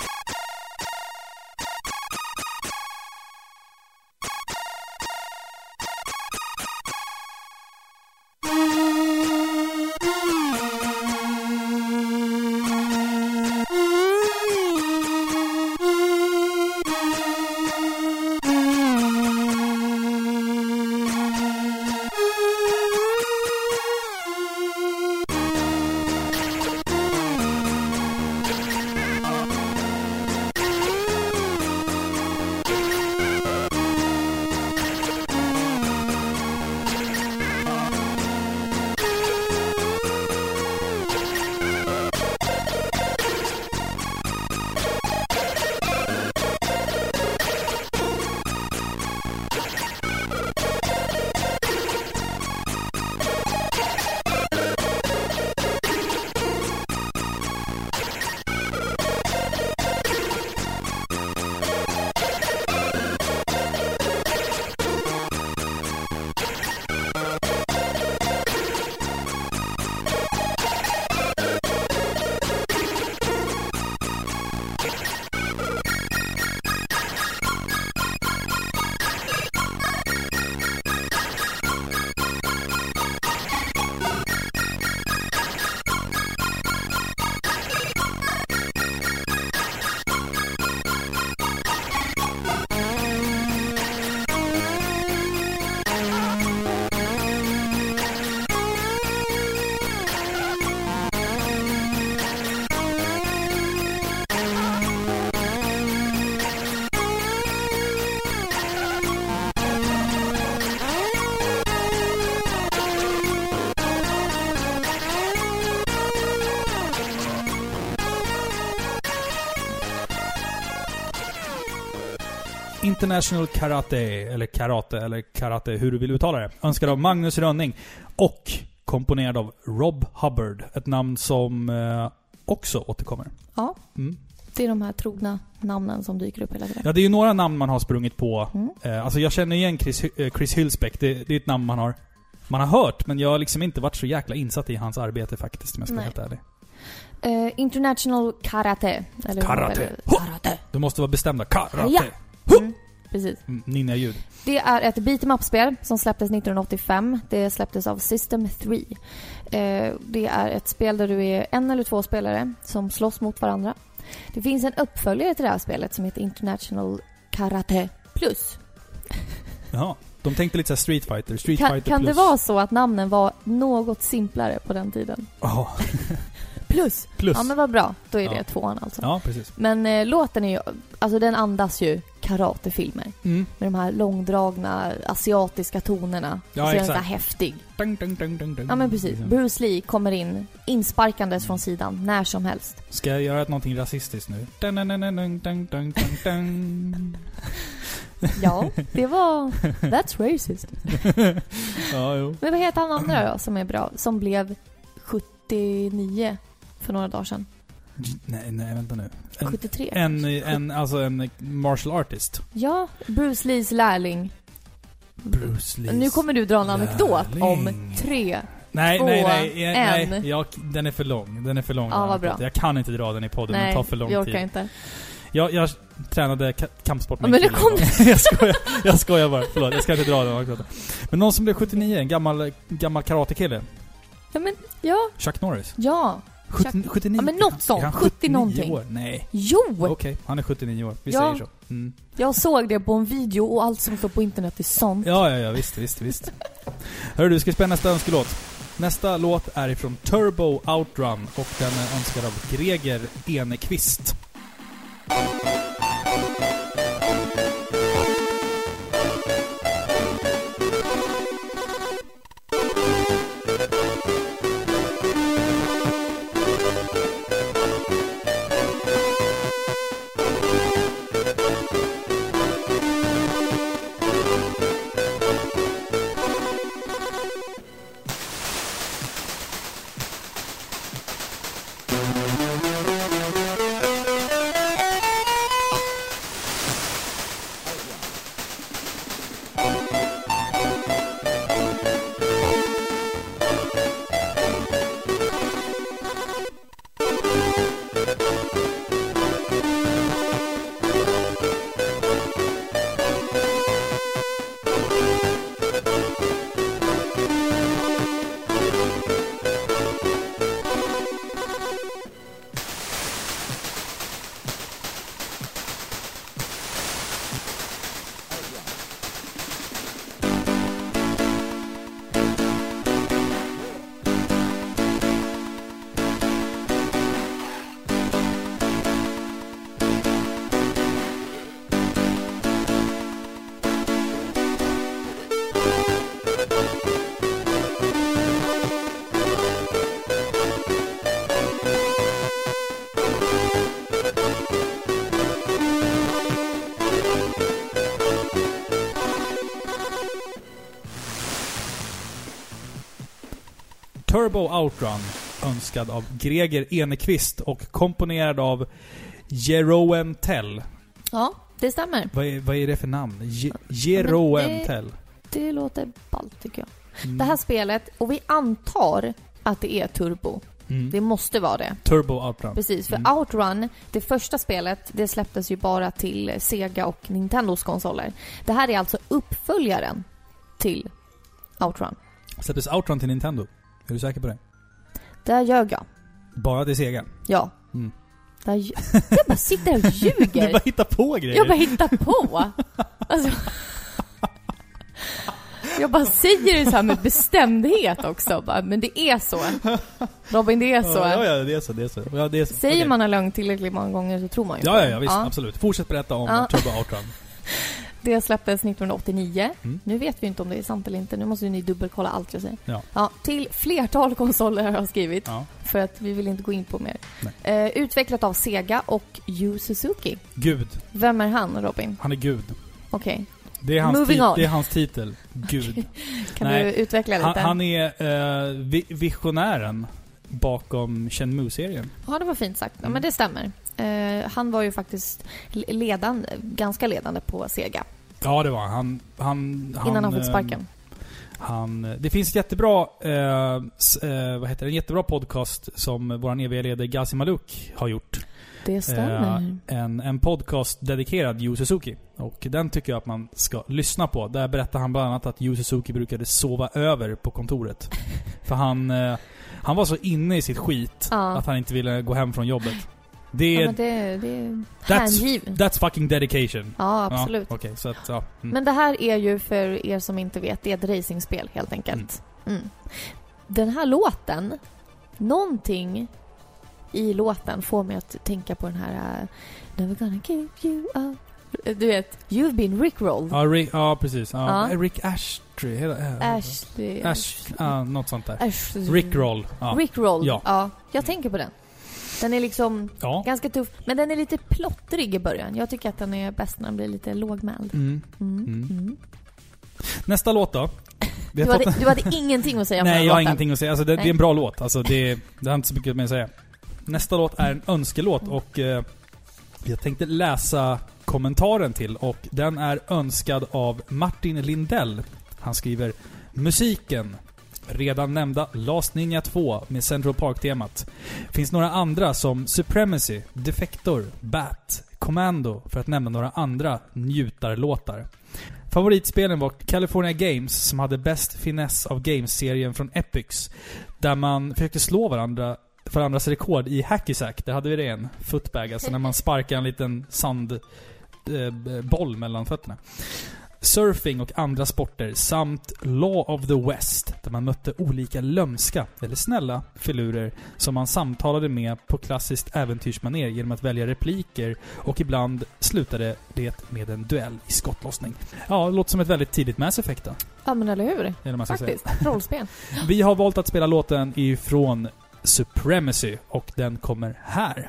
International Karate, eller Karate, eller Karate, hur du vill uttala det. Önskad av Magnus Rönning. Och komponerad av Rob Hubbard. Ett namn som eh, också återkommer. Ja, Mm. det är de här trogna namnen som dyker upp hela tiden. Ja, det är ju några namn man har sprungit på. Mm. Eh, alltså jag känner igen Chris, eh, Chris Hylsbeck. Det, det är ett namn man har man har hört, men jag har liksom inte varit så jäkla insatt i hans arbete faktiskt, om jag ska vara helt ärlig. Uh, International Karate. Eller Karate. Eller, karate. Du måste vara bestämda. Karate. Ja. Mm, precis. Mm, ninja-ljud. Det är ett beat'em-up-spel som släpptes nittonhundraåttiofem. Det släpptes av System tre. Uh, det är ett spel där du är en eller två spelare som slåss mot varandra. Det finns en uppföljare till det här spelet som heter International Karate Plus. Jaha. De tänkte lite så här Street Fighter. Street Kan, Fighter kan plus. det vara så att namnen var något simplare på den tiden? Ja. Plus. Plus. Ja, men vad bra. Då är Ja. det tvåan alltså. Ja, precis. Men eh, låten är ju, alltså den andas ju karatefilmer. Mm. Med de här långdragna asiatiska tonerna. Ja, och så är den exakt. så här häftig. Dun, dun, dun, dun, dun. Ja, men precis. Liksom. Bruce Lee kommer in insparkandes från sidan när som helst. Ska jag göra någonting rasistiskt nu? Dun, dun, dun, dun, dun, dun, dun, dun. Ja, det var... That's racist. Ja, jo. Men vad heter han andra då som är bra? Som blev sjuttionio för några dagar sedan. Nej, nej, vänta nu. En, sjuttiotre. en, en, alltså en martial artist. Ja, Bruce Lees lärling. Bruce Lee. Nu kommer du dra en anekdot lärling. om tre. Nej, två, nej, nej. nej, en. nej jag, den är för lång. Den är för lång. Ja, den vad bra. Jag kan inte dra den i podden. Nej, den tar för lång vi orkar tid. inte. Jag, jag tränade ka- kampsport med Ja, men en det kille kom- en gång. jag, skojar, jag skojar bara. Förlåt, jag ska inte dra den också. Men någon som blev sjuttionio, en gammal, gammal karatekille. Ja, men, ja. Chuck Norris. Ja. sjuttionio, sjuttionio. Ja, men något sånt. Är han sjuttio sjuttionio någonting. år? Nej. Jo! Okej, han är sjuttionio år. Vi Ja. säger så. Mm. Jag såg det på en video och allt som står på internet är sant. Ja, ja, ja, visst, visst, visst. Hörru, du ska spela nästa önskelåt. Nästa låt är ifrån Turbo Outrun och den är önskad av Greger Enekvist. Turbo Outrun, önskad av Greger Enekvist och komponerad av Jeroen Tell. Ja, det stämmer. Vad är, vad är det för namn? Je- Jeroen det, Tell. Det låter ballt tycker jag. Mm. Det här spelet, och vi antar att det är turbo. Mm. Det måste vara det. Turbo Outrun. Precis, för Mm. Outrun, det första spelet, det släpptes ju bara till Sega och Nintendos konsoler. Det här är alltså uppföljaren till Outrun. Släpptes Outrun till Nintendo? Är du säker på det? Där ljög jag. Bara till Sega? Ja. Mm. Där lj- jag bara sitter och ljuger. Du bara hittar på grejer. Jag bara hittar på. Alltså... Jag bara säger det så här med bestämdhet också. Bara, men det är så. Robin, det är så. Ja, ja, det är så. Det är så. Ja, det är så. Säger Okay. man en lögn tillräckligt många gånger så tror man ju Ja, på ja, det. ja, visst. Ja. Absolut. Fortsätt berätta om Ja. Turbo Outrun. Det släpptes nittonhundraåttionio. Mm. Nu vet vi inte om det är sant eller inte. Nu måste ni dubbelkolla allt jag säger. Ja. Ja, till flertal konsoler har jag skrivit. Ja. För att vi vill inte gå in på mer. Eh, utvecklat av Sega och Yu Suzuki. Gud. Vem är han, Robin? Han är Gud. Okej. Okay. Det är hans, Moving tit- on. det är hans titel. Gud. Kan Nej. du utveckla lite? Han, han är uh, vi- visionären bakom Shenmue-serien. Ja, det var fint sagt. Ja, Mm. men det stämmer. Eh, han var ju faktiskt ledande, ganska ledande på Sega. Ja, det var han. han, han Innan han fick sparken. Han, det finns ett jättebra eh, s, eh, vad heter det? En jättebra podcast som vår E V-ledare Gazi Maluk har gjort. Det stämmer. Eh, en, en podcast dedikerad Yu Suzuki. Och den tycker jag att man ska lyssna på. Där berättar han bland annat att Yu Suzuki brukade sova över på kontoret. För han, eh, han var så inne i sitt skit Ja. att han inte ville gå hem från jobbet. Det Ja, är... men det, det är that's, hängiven. that's fucking dedication. Ja, absolut. Ja, okay, så att, ja. Mm. Men det här är ju, för er som inte vet, det är ett racingspel helt enkelt. Mm. Mm. Den här låten, någonting i låten får mig att tänka på den här uh, Never gonna give you up. Du vet, you've been rickrolled. Ja, Rick, ja precis. Ja, Ja. Rick Astley. Hela, äh, Ashley. Ash, ja, något sånt där. Ashley. Rickroll. Ja. Rickroll. Ja. Ja. Jag tänker på den. Den är liksom Ja. ganska tuff, men den är lite plottrig i början. Jag tycker att den är bäst när den blir lite lågmäld. Mm. Mm. Mm. Mm. Nästa låt då. Vi Du, har hade, fått- du hade ingenting att säga om Nej, den jag har låten. ingenting att säga. Alltså, det, det Nej. är en bra låt. Alltså, det, det har inte så mycket mer att säga. Nästa låt är en önskelåt och eh, jag tänkte läsa kommentaren till och den är önskad av Martin Lindell. Han skriver: musiken, redan nämnda Last Ninja två med Central Park-temat. Finns några andra som Supremacy, Defector, Bat, Commando, för att nämna några andra njutarlåtar. Favoritspelen var California Games som hade bäst finess av Games-serien från Epyx, där man försökte slå varandra för andras rekord i hacky-sack. Där hade vi det en footbag, alltså när man sparkar en liten sandboll mellan fötterna. Surfing och andra sporter samt Law of the West, där man mötte olika lömska eller snälla filurer som man samtalade med på klassiskt äventyrsmaner genom att välja repliker, och ibland slutade det med en duell i skottlossning. Ja, det låter som ett väldigt tidigt Mass Effect då. Ja, men eller hur? Eller vad man ska säga. Faktiskt. Rollspel. Vi har valt att spela låten ifrån Supremacy och den kommer här.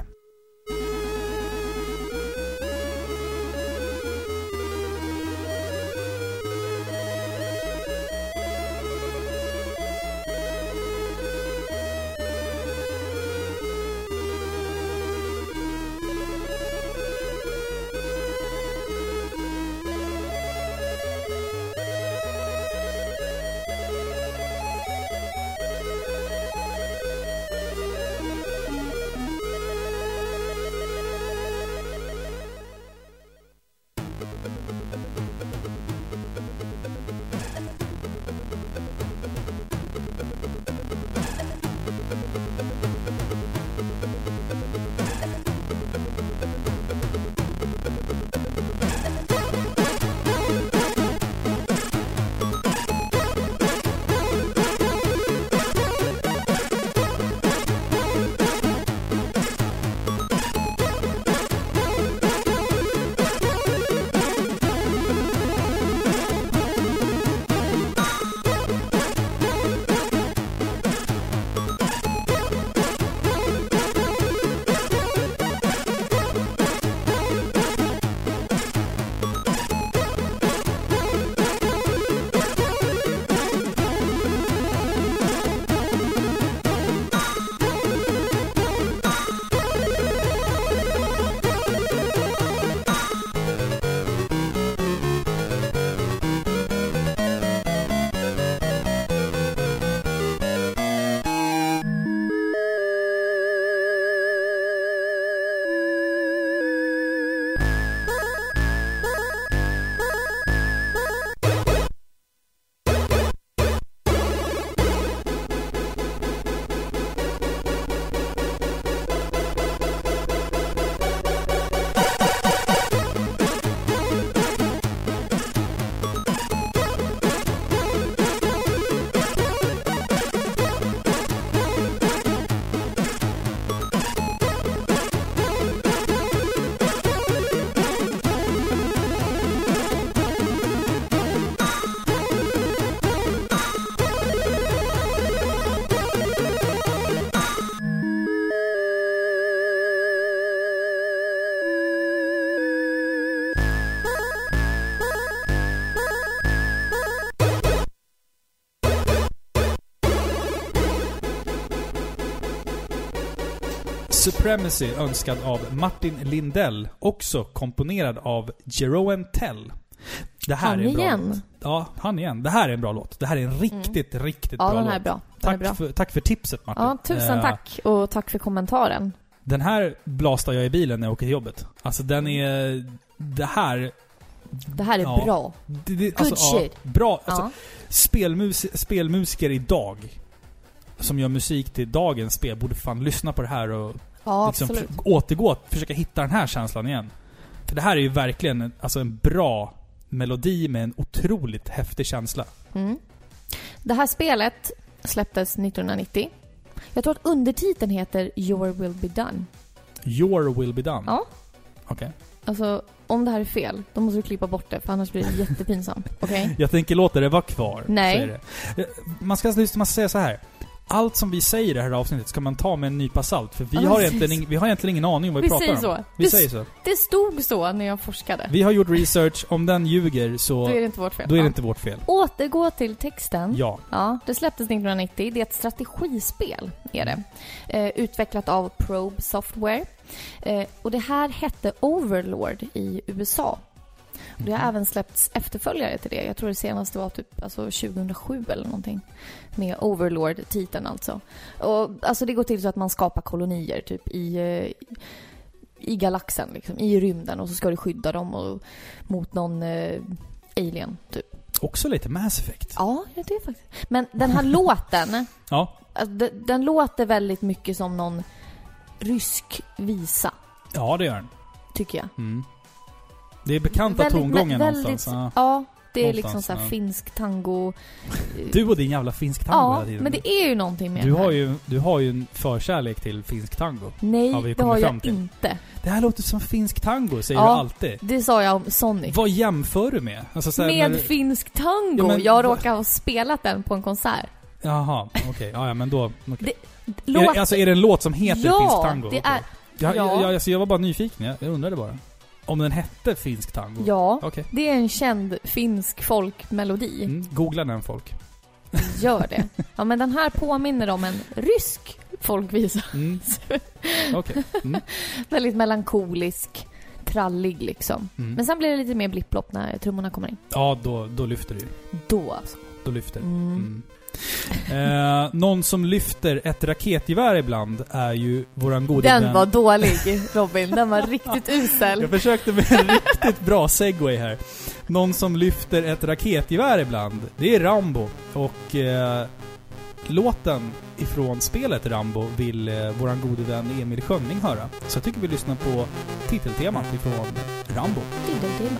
Supremacy önskad av Martin Lindell, också komponerad av Jeroen Tell. Det här Han är en bra igen. låt. Ja, han igen. Det här är en bra låt. Det här är en riktigt, mm. riktigt ja, bra den här låt. är bra. Den tack, är bra. För, tack för tipset, Martin. Ja, tusen uh, tack. Och tack för kommentaren. Den här blastar jag i bilen när jag åker till jobbet. Alltså den är... Det här... Det här är ja, bra. Det, det, Good alltså, shit. Ja, bra. Alltså, ja. spelmus, spelmusiker idag som gör musik till dagens spel borde fan lyssna på det här och ja, liksom absolut. för, återgå, försöka hitta den här känslan igen. För det här är ju verkligen en, alltså en bra melodi med en otroligt häftig känsla. Mm. Det här spelet släpptes nittonhundranittio. Jag tror att undertiteln heter Your Will Be Done. Your Will Be Done? Ja. Okej. Okay. Alltså, om det här är fel, då måste du klippa bort det, för annars blir det jättepinsamt. Okej? Okay? Jag tänker låta det vara kvar. Nej. Det. Man ska, man ska säga så här. Allt som vi säger i det här avsnittet ska man ta med en nypa salt. För vi, ja, har, egentligen ing, vi har egentligen ingen aning om vad vi, vi pratar säger om. Så. Vi det, säger så. Det stod så när jag forskade. Vi har gjort research. Om den ljuger så... Då är det inte vårt fel. Då är det ja. inte vårt fel. Återgå till texten. Ja. Ja, det släpptes nittonhundranittio. Det är ett strategispel, är det. Eh, utvecklat av Probe Software. Eh, och det här hette Overlord i U S A. Och det har mm. även släppts efterföljare till det. Jag tror det senaste var typ alltså tjugohundrasju eller någonting. Med Overlord-titeln alltså. Och alltså det går till så att man skapar kolonier typ i, i galaxen, liksom, i rymden. Och så ska du skydda dem och, mot någon eh, alien typ. Också lite Mass Effect. Ja, det är faktiskt. Men den här låten, ja. Alltså, den, den låter väldigt mycket som någon rysk visa. Ja, det gör den. Tycker jag. Mm. Det är bekanta väldigt, tongången väldigt, någonstans. Ja, ja det är någonstans, liksom så här ja. finsk tango. Du och din jävla finsk tango ja, hela tiden. Men det är ju någonting med du det här. har ju Du har ju en förkärlek till finsk tango. Nej, har vi det har jag till. inte. Det här låter som finsk tango, säger ja, du alltid. Det sa jag om Sonic. Vad jämför du med? Alltså, så här, med när... finsk tango. Ja, men... Jag råkar ha spelat den på en konsert. Jaha, okej. Okay. Ja, ja, men då... Okay. Det, låt... är, alltså är det en låt som heter ja, finsk tango? det är... Ja, ja. jag, jag, alltså, jag var bara nyfiken. Jag, jag undrade bara. Om den hette finsk tango? Ja, okay. Det är en känd finsk folkmelodi. Mm, googla den, folk. Gör det. Ja, men den här påminner om en rysk folkvisa. Mm. Okay. Mm. Väldigt melankolisk, trallig liksom. Mm. Men sen blir det lite mer blipplopp när trummorna kommer in. Ja, då, då lyfter det ju. Då alltså. Då lyfter det. Mm. Mm. Eh, någon som lyfter ett raketgevär ibland är ju våran gode Den vän. var dålig, Robin. Den var riktigt usel. Jag försökte med en riktigt bra segway här. Någon som lyfter ett raketgevär ibland, det är Rambo. Och eh, låten ifrån spelet Rambo vill eh, våran gode vän Emil Schönning höra. Så jag tycker vi lyssnar på titeltemat ifrån Rambo. Titeltemat.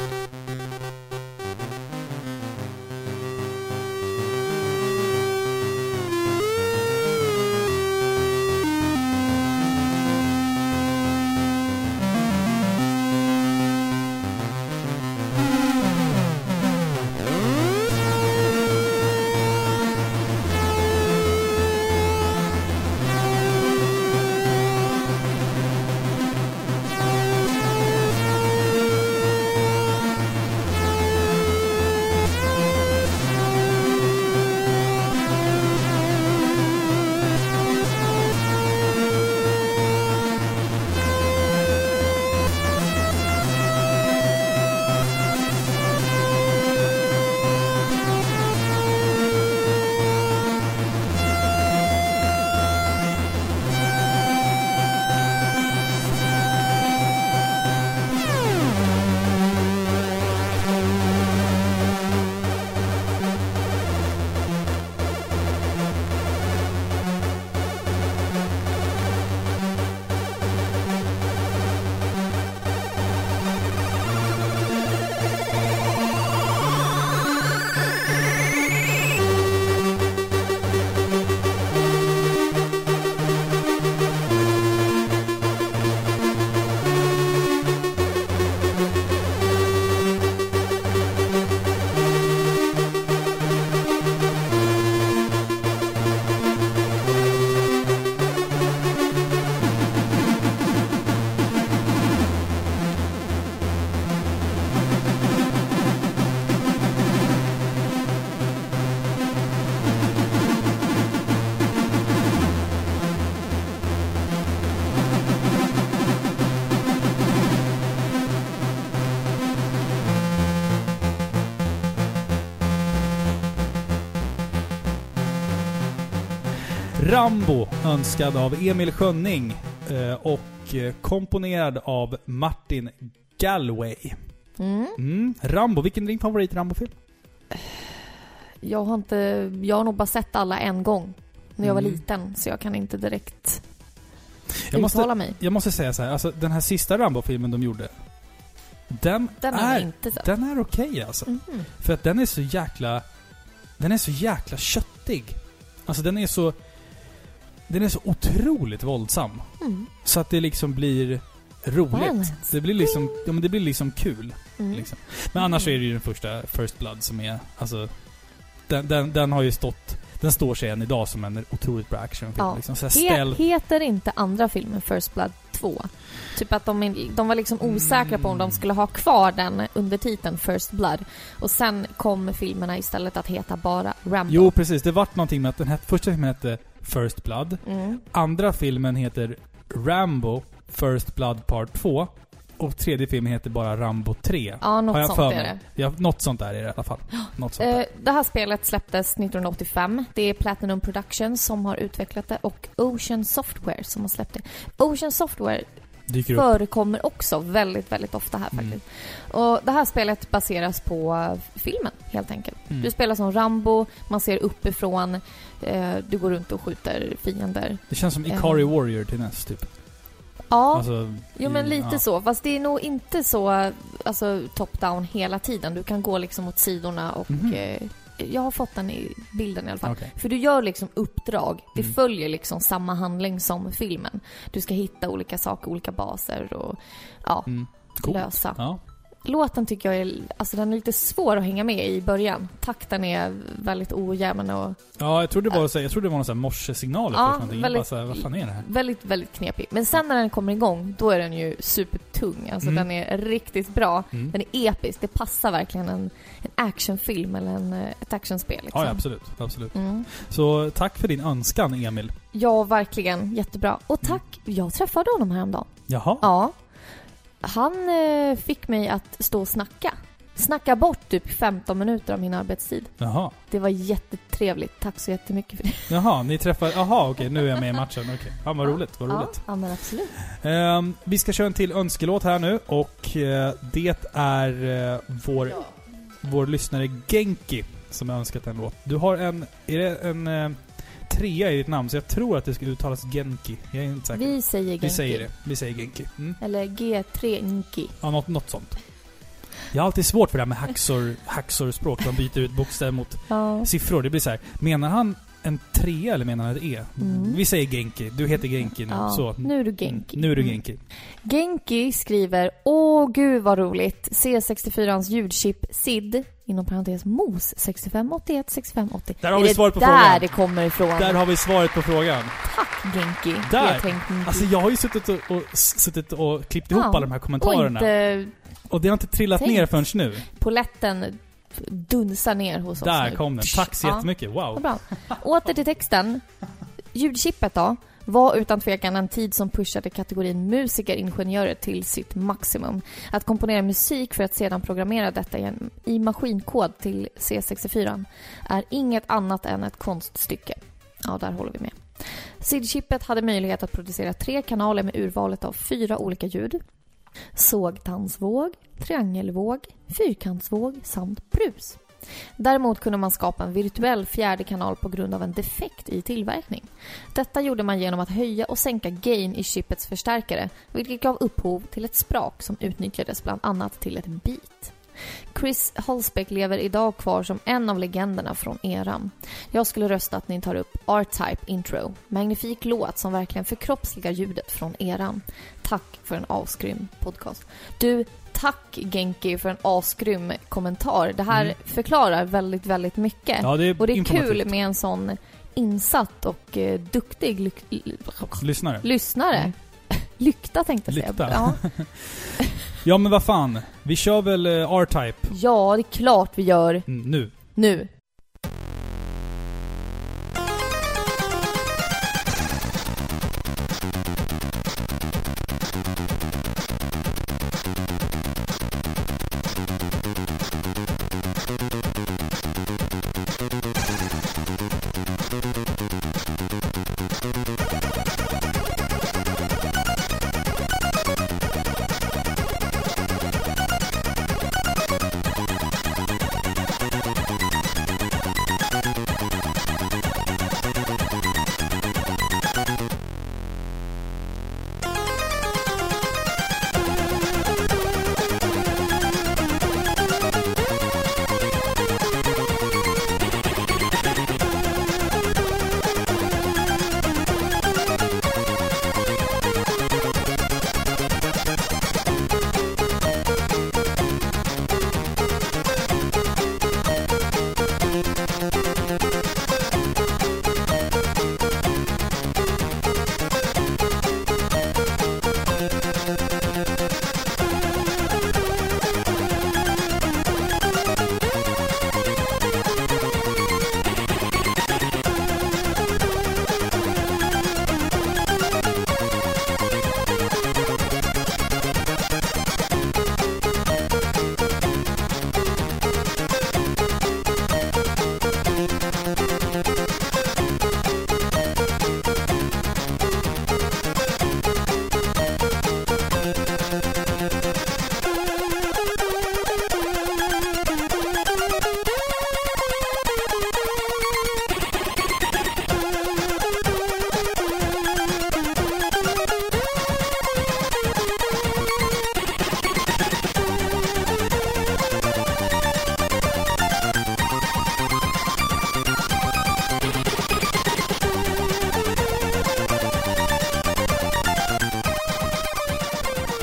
Rambo, önskad av Emil Schönning eh, och eh, komponerad av Martin Galway. Mm. Mm. Rambo, vilken är din favorit Rambo-film? Jag har inte... Jag har nog bara sett alla en gång när jag var Mm. liten, så jag kan inte direkt Jag måste, uttala mig. jag måste säga så här, alltså den här sista Rambo-filmen de gjorde, den, Den har är, jag inte sett. den är okej alltså. Mhm. För att den är så jäkla... Den är så jäkla köttig. Alltså den är så... Den är så otroligt våldsam. Mm. Så att det liksom blir roligt. Violence. Det blir liksom, ja, men det blir liksom kul. Mm. Liksom. Men annars är det ju den första First Blood som är... Alltså, den, den, den har ju stått... Den står sig än idag som en otroligt bra actionfilm. Ja. Liksom. Så här He- ställ... heter inte andra filmen First Blood två? Typ att de, de var liksom osäkra på om de skulle ha kvar den under titeln First Blood. Och sen kom filmerna istället att heta bara Rambo. Jo, precis. Det vart någonting med att den här första filmen hette First Blood. Mm. Andra filmen heter Rambo First Blood Part två. Och tredje filmen heter bara Rambo tre. Ja, något Har jag sånt för är mig. det. Ja, något sånt där är det i alla fall. Något sånt Eh, där. det här spelet släpptes nittonhundraåttiofem. Det är Platinum Productions som har utvecklat det och Ocean Software som har släppt det. Ocean Software Dyker upp. förekommer också väldigt, väldigt ofta här Mm. faktiskt. Och det här spelet baseras på filmen, helt enkelt. Mm. Du spelar som Rambo, man ser uppifrån, eh, du går runt och skjuter fiender. Det känns som Ikari Eh. Warrior till näst, typ. Ja, Alltså, jo men i- lite ja. så. Fast det är nog inte så alltså, top-down hela tiden. Du kan gå liksom åt sidorna och... Mhm. Eh, jag har fått den i bilden i alla fall. Okej. För du gör liksom uppdrag. Det Mm. följer liksom samma handling som filmen. Du ska hitta olika saker, olika baser och ja, Mm. Coolt. lösa. Ja. Låten tycker jag är, alltså den är lite svår att hänga med i början. Takten är väldigt ojämn och Ja, jag trodde det var så här, jag trodde det var någon sån här morsesignaler Ja, för någonting. väldigt- Jag bara så här, vad fan är det här? väldigt, väldigt knepig. Men sen när den kommer igång, då är den ju supertung. Alltså Mm. den är riktigt bra. Mm. Den är episk. Det passar verkligen en, en actionfilm eller en, eh, ett actionspel. Liksom. Ja, ja, absolut. absolut. Mm. Så tack för din önskan, Emil. Ja, verkligen. Jättebra. Och tack, jag träffade honom häromdagen. Jaha. Ja. Han eh, fick mig att stå och snacka. Snacka bort typ femton minuter av min arbetstid. Jaha. Det var jättetrevligt. Tack så jättemycket för det. Jaha, ni träffar... Jaha, okej. Nu är jag med i matchen. Okej. Ja, vad roligt. Vad roligt. Ja, ja, men absolut. Ehm, vi ska köra en till önskelåt här nu. Och eh, det är eh, vår, vår lyssnare Genki som har önskat en låt. Du har en... Är det en eh, trea i ditt namn? Så jag tror att det ska uttalas Genki. Jag är inte säker. Vi säger Genki. Vi säger det. Vi säger Genki. Mm. Eller G tre Inki. Ja, något, något sånt. Jag har alltid svårt för det här med hacksor, hacksorspråk. De byter ut bokstäver mot Ja. siffror. Det blir så här. Menar han en trea eller menar han ett E? Mm. Vi säger Genki. Du heter Genki nu. Ja, Så. nu är du Genki. Nu är du Mm. Genki. Genki skriver: åh gud vad roligt. C sextiofyrans ljudchip S I D, inom parentes MOS sextiofem åttioett sextiofem åttio. Där har är vi det svaret på där frågan. det kommer ifrån? Där har vi svaret på frågan. Tack Genki. Där. Jag tänkte inte. Alltså jag har ju suttit och, och, suttit och klippt ihop Ja. alla de här Och kommentarerna. inte Och det har inte trillat Tänk. ner förrän nu. poletten dunsar ner hos oss Där nu. kom den. Tack så Ja. jättemycket. Vad Wow. bra. Åter till texten. Ljudchippet då var utan tvekan en tid som pushade kategorin musikeringenjörer till sitt maximum. Att komponera musik för att sedan programmera detta i, en, i maskinkod till C sextiofyra är inget annat än ett konststycke. Ja, där håller vi med. S I D-chippet hade möjlighet att producera tre kanaler med urvalet av fyra olika ljud. Sågtandsvåg, triangelvåg, fyrkantsvåg samt brus. Däremot kunde man skapa en virtuell fjärde kanal på grund av en defekt i tillverkning. Detta gjorde man genom att höja och sänka gain i chippets förstärkare, vilket gav upphov till ett sprak som utnyttjades bland annat till ett beat. Chris Hulsbeck lever idag kvar som en av legenderna från eran. Jag skulle rösta att ni tar upp R-Type Intro. Magnifik låt som verkligen förkroppsligar ljudet från eran. Tack för en asgrym podcast. Du, tack Genki för en asgrym kommentar. Det här Mm. förklarar väldigt, väldigt mycket. Ja, det är Och det är informativt. kul med en sån insatt och eh, duktig ly- Lyssnare. lyssnare. Mm. Lykta tänkte jag Lykta. säga. Ja. Ja, men vad fan. Vi kör väl eh, R-Type ja, det är klart vi gör mm, nu. nu.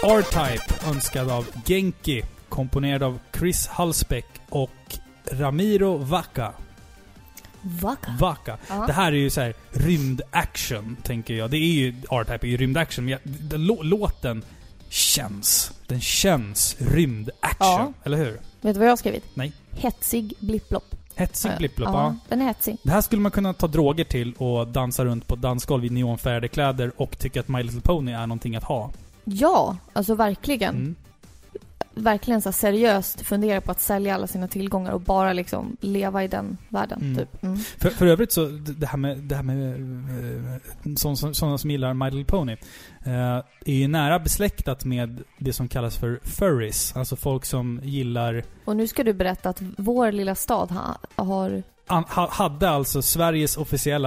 R-Type, önskad av Genki, komponerad av Chris Hulsbeck och Ramiro Vaca. Vaca? Vaca. Ja. Det här är ju så här rymdaction, tänker jag. Det är ju, R-Type är ju rymdaction. Men jag, den, låten känns. Den känns rymdaction. Ja. Eller hur? Vet du vad jag har skrivit? Nej. Hetsig blipplopp. Hetsig blipplopp, ja, ja. Den är hetsig. Det här skulle man kunna ta droger till och dansa runt på dansgolv i neonfärgade kläder och tycka att My Little Pony är någonting att ha. Ja, alltså verkligen. Mm. Verkligen så seriöst fundera på att sälja alla sina tillgångar och bara liksom leva i den världen. Mm. Typ. Mm. För, för övrigt så, det här med, det här med äh, sådana som, som, som gillar My Little Pony äh, är ju nära besläktat med det som kallas för furries. Alltså folk som gillar... Och nu ska du berätta att vår lilla stad ha, har... An, ha, hade alltså Sveriges officiella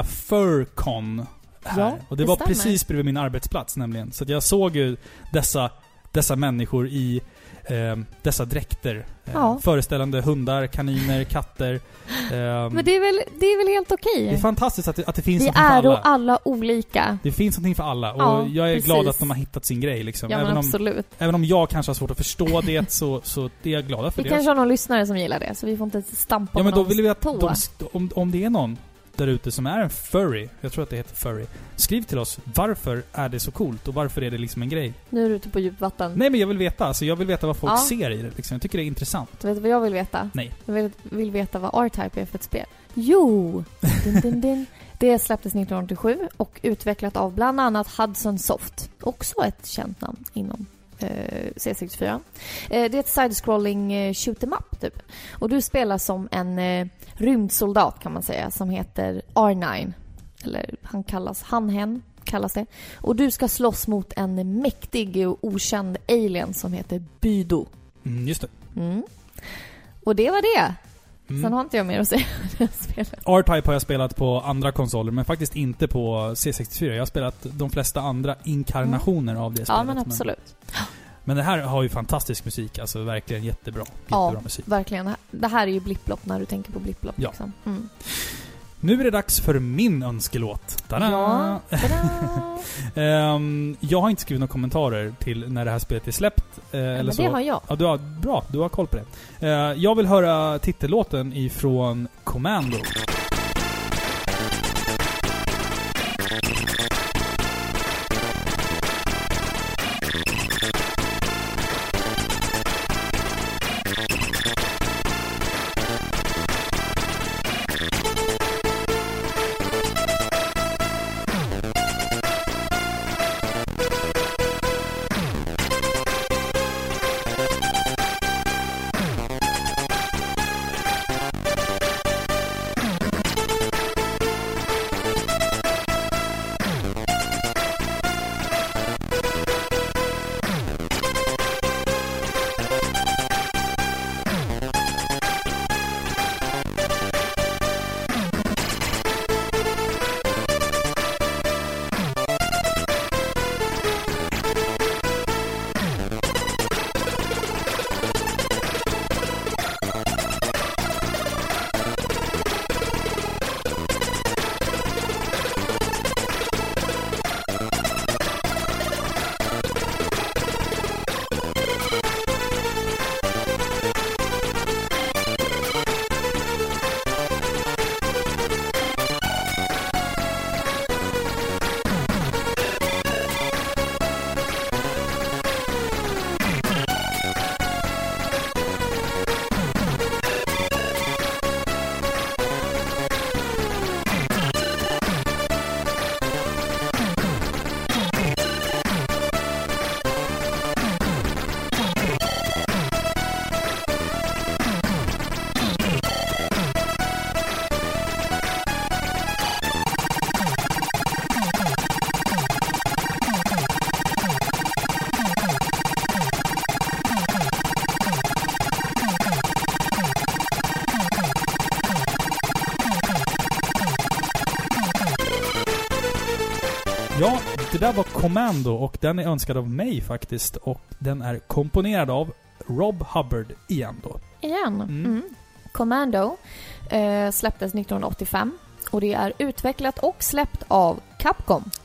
Furcon här. Ja, och det, det var stämmer. precis bredvid min arbetsplats nämligen. Så att jag såg ju dessa, dessa människor i eh, dessa dräkter. Eh, Ja. Föreställande hundar, kaniner, katter. Eh, Men det är väl, det är väl helt okej? det är fantastiskt att det, att det finns Vi någonting för är alla. och alla olika. Det finns någonting för alla. Och Ja, jag är precis. glad att de har hittat sin grej liksom. Ja, men även, om, absolut. även om jag kanske har svårt att förstå det så, så är jag glad för Vi det. kanske har någon lyssnare som gillar det, så vi får inte stampa Ja, men på då någons vill vi att tå. de, om, om det är någon där ute som är en furry, jag tror att det heter furry, skriv till oss, varför är det så coolt och varför är det liksom en grej? Nu är du ute på djupt vatten. Nej, men jag vill veta, alltså jag vill veta vad folk Ja. ser i det liksom. Jag tycker det är intressant. Vet du vad jag vill veta? Nej. Jag vill, vill veta vad R-Type är för ett spel. Jo! Din, din, din. Det släpptes nittonhundraåttiosju och utvecklat av bland annat Hudson Soft. Också ett känt namn inom eh, C sextiofyra. Eh, det är ett side-scrolling eh, shoot 'em up typ. Och du spelar som en eh, rymdsoldat kan man säga som heter R nio. Eller han kallas, han, hen kallas det. Och du ska slåss mot en mäktig och okänd alien som heter Bydo. Mm, just det. Mm. Och det var det. Mm. Sen har inte jag mer att säga om det här spelet. R-Type har jag spelat på andra konsoler, men faktiskt inte på C sextiofyra. Jag har spelat de flesta andra inkarnationer av det spelet. Ja, men absolut. Men, men det här har ju fantastisk musik, alltså verkligen jättebra. Ja, Jättebra musik. verkligen. Det här är ju blipplopp när du tänker på blipplopp. Ja. Liksom. Mm. Nu är det dags för min önskelåt. Tada! Ja, tada! um, jag har inte skrivit några kommentarer till när det här spelet är släppt. Uh, eller Men så. det har jag. Ja, du har, bra, du har koll på det. Uh, jag vill höra titellåten ifrån Commando. Ja, det där var Commando och den är önskad av mig faktiskt. Och den är komponerad av Rob Hubbard igen då. Igen. Mm. Mm. Commando eh, släpptes nittonhundraåttiofem och det är utvecklat och släppt av Capcom. Capcom.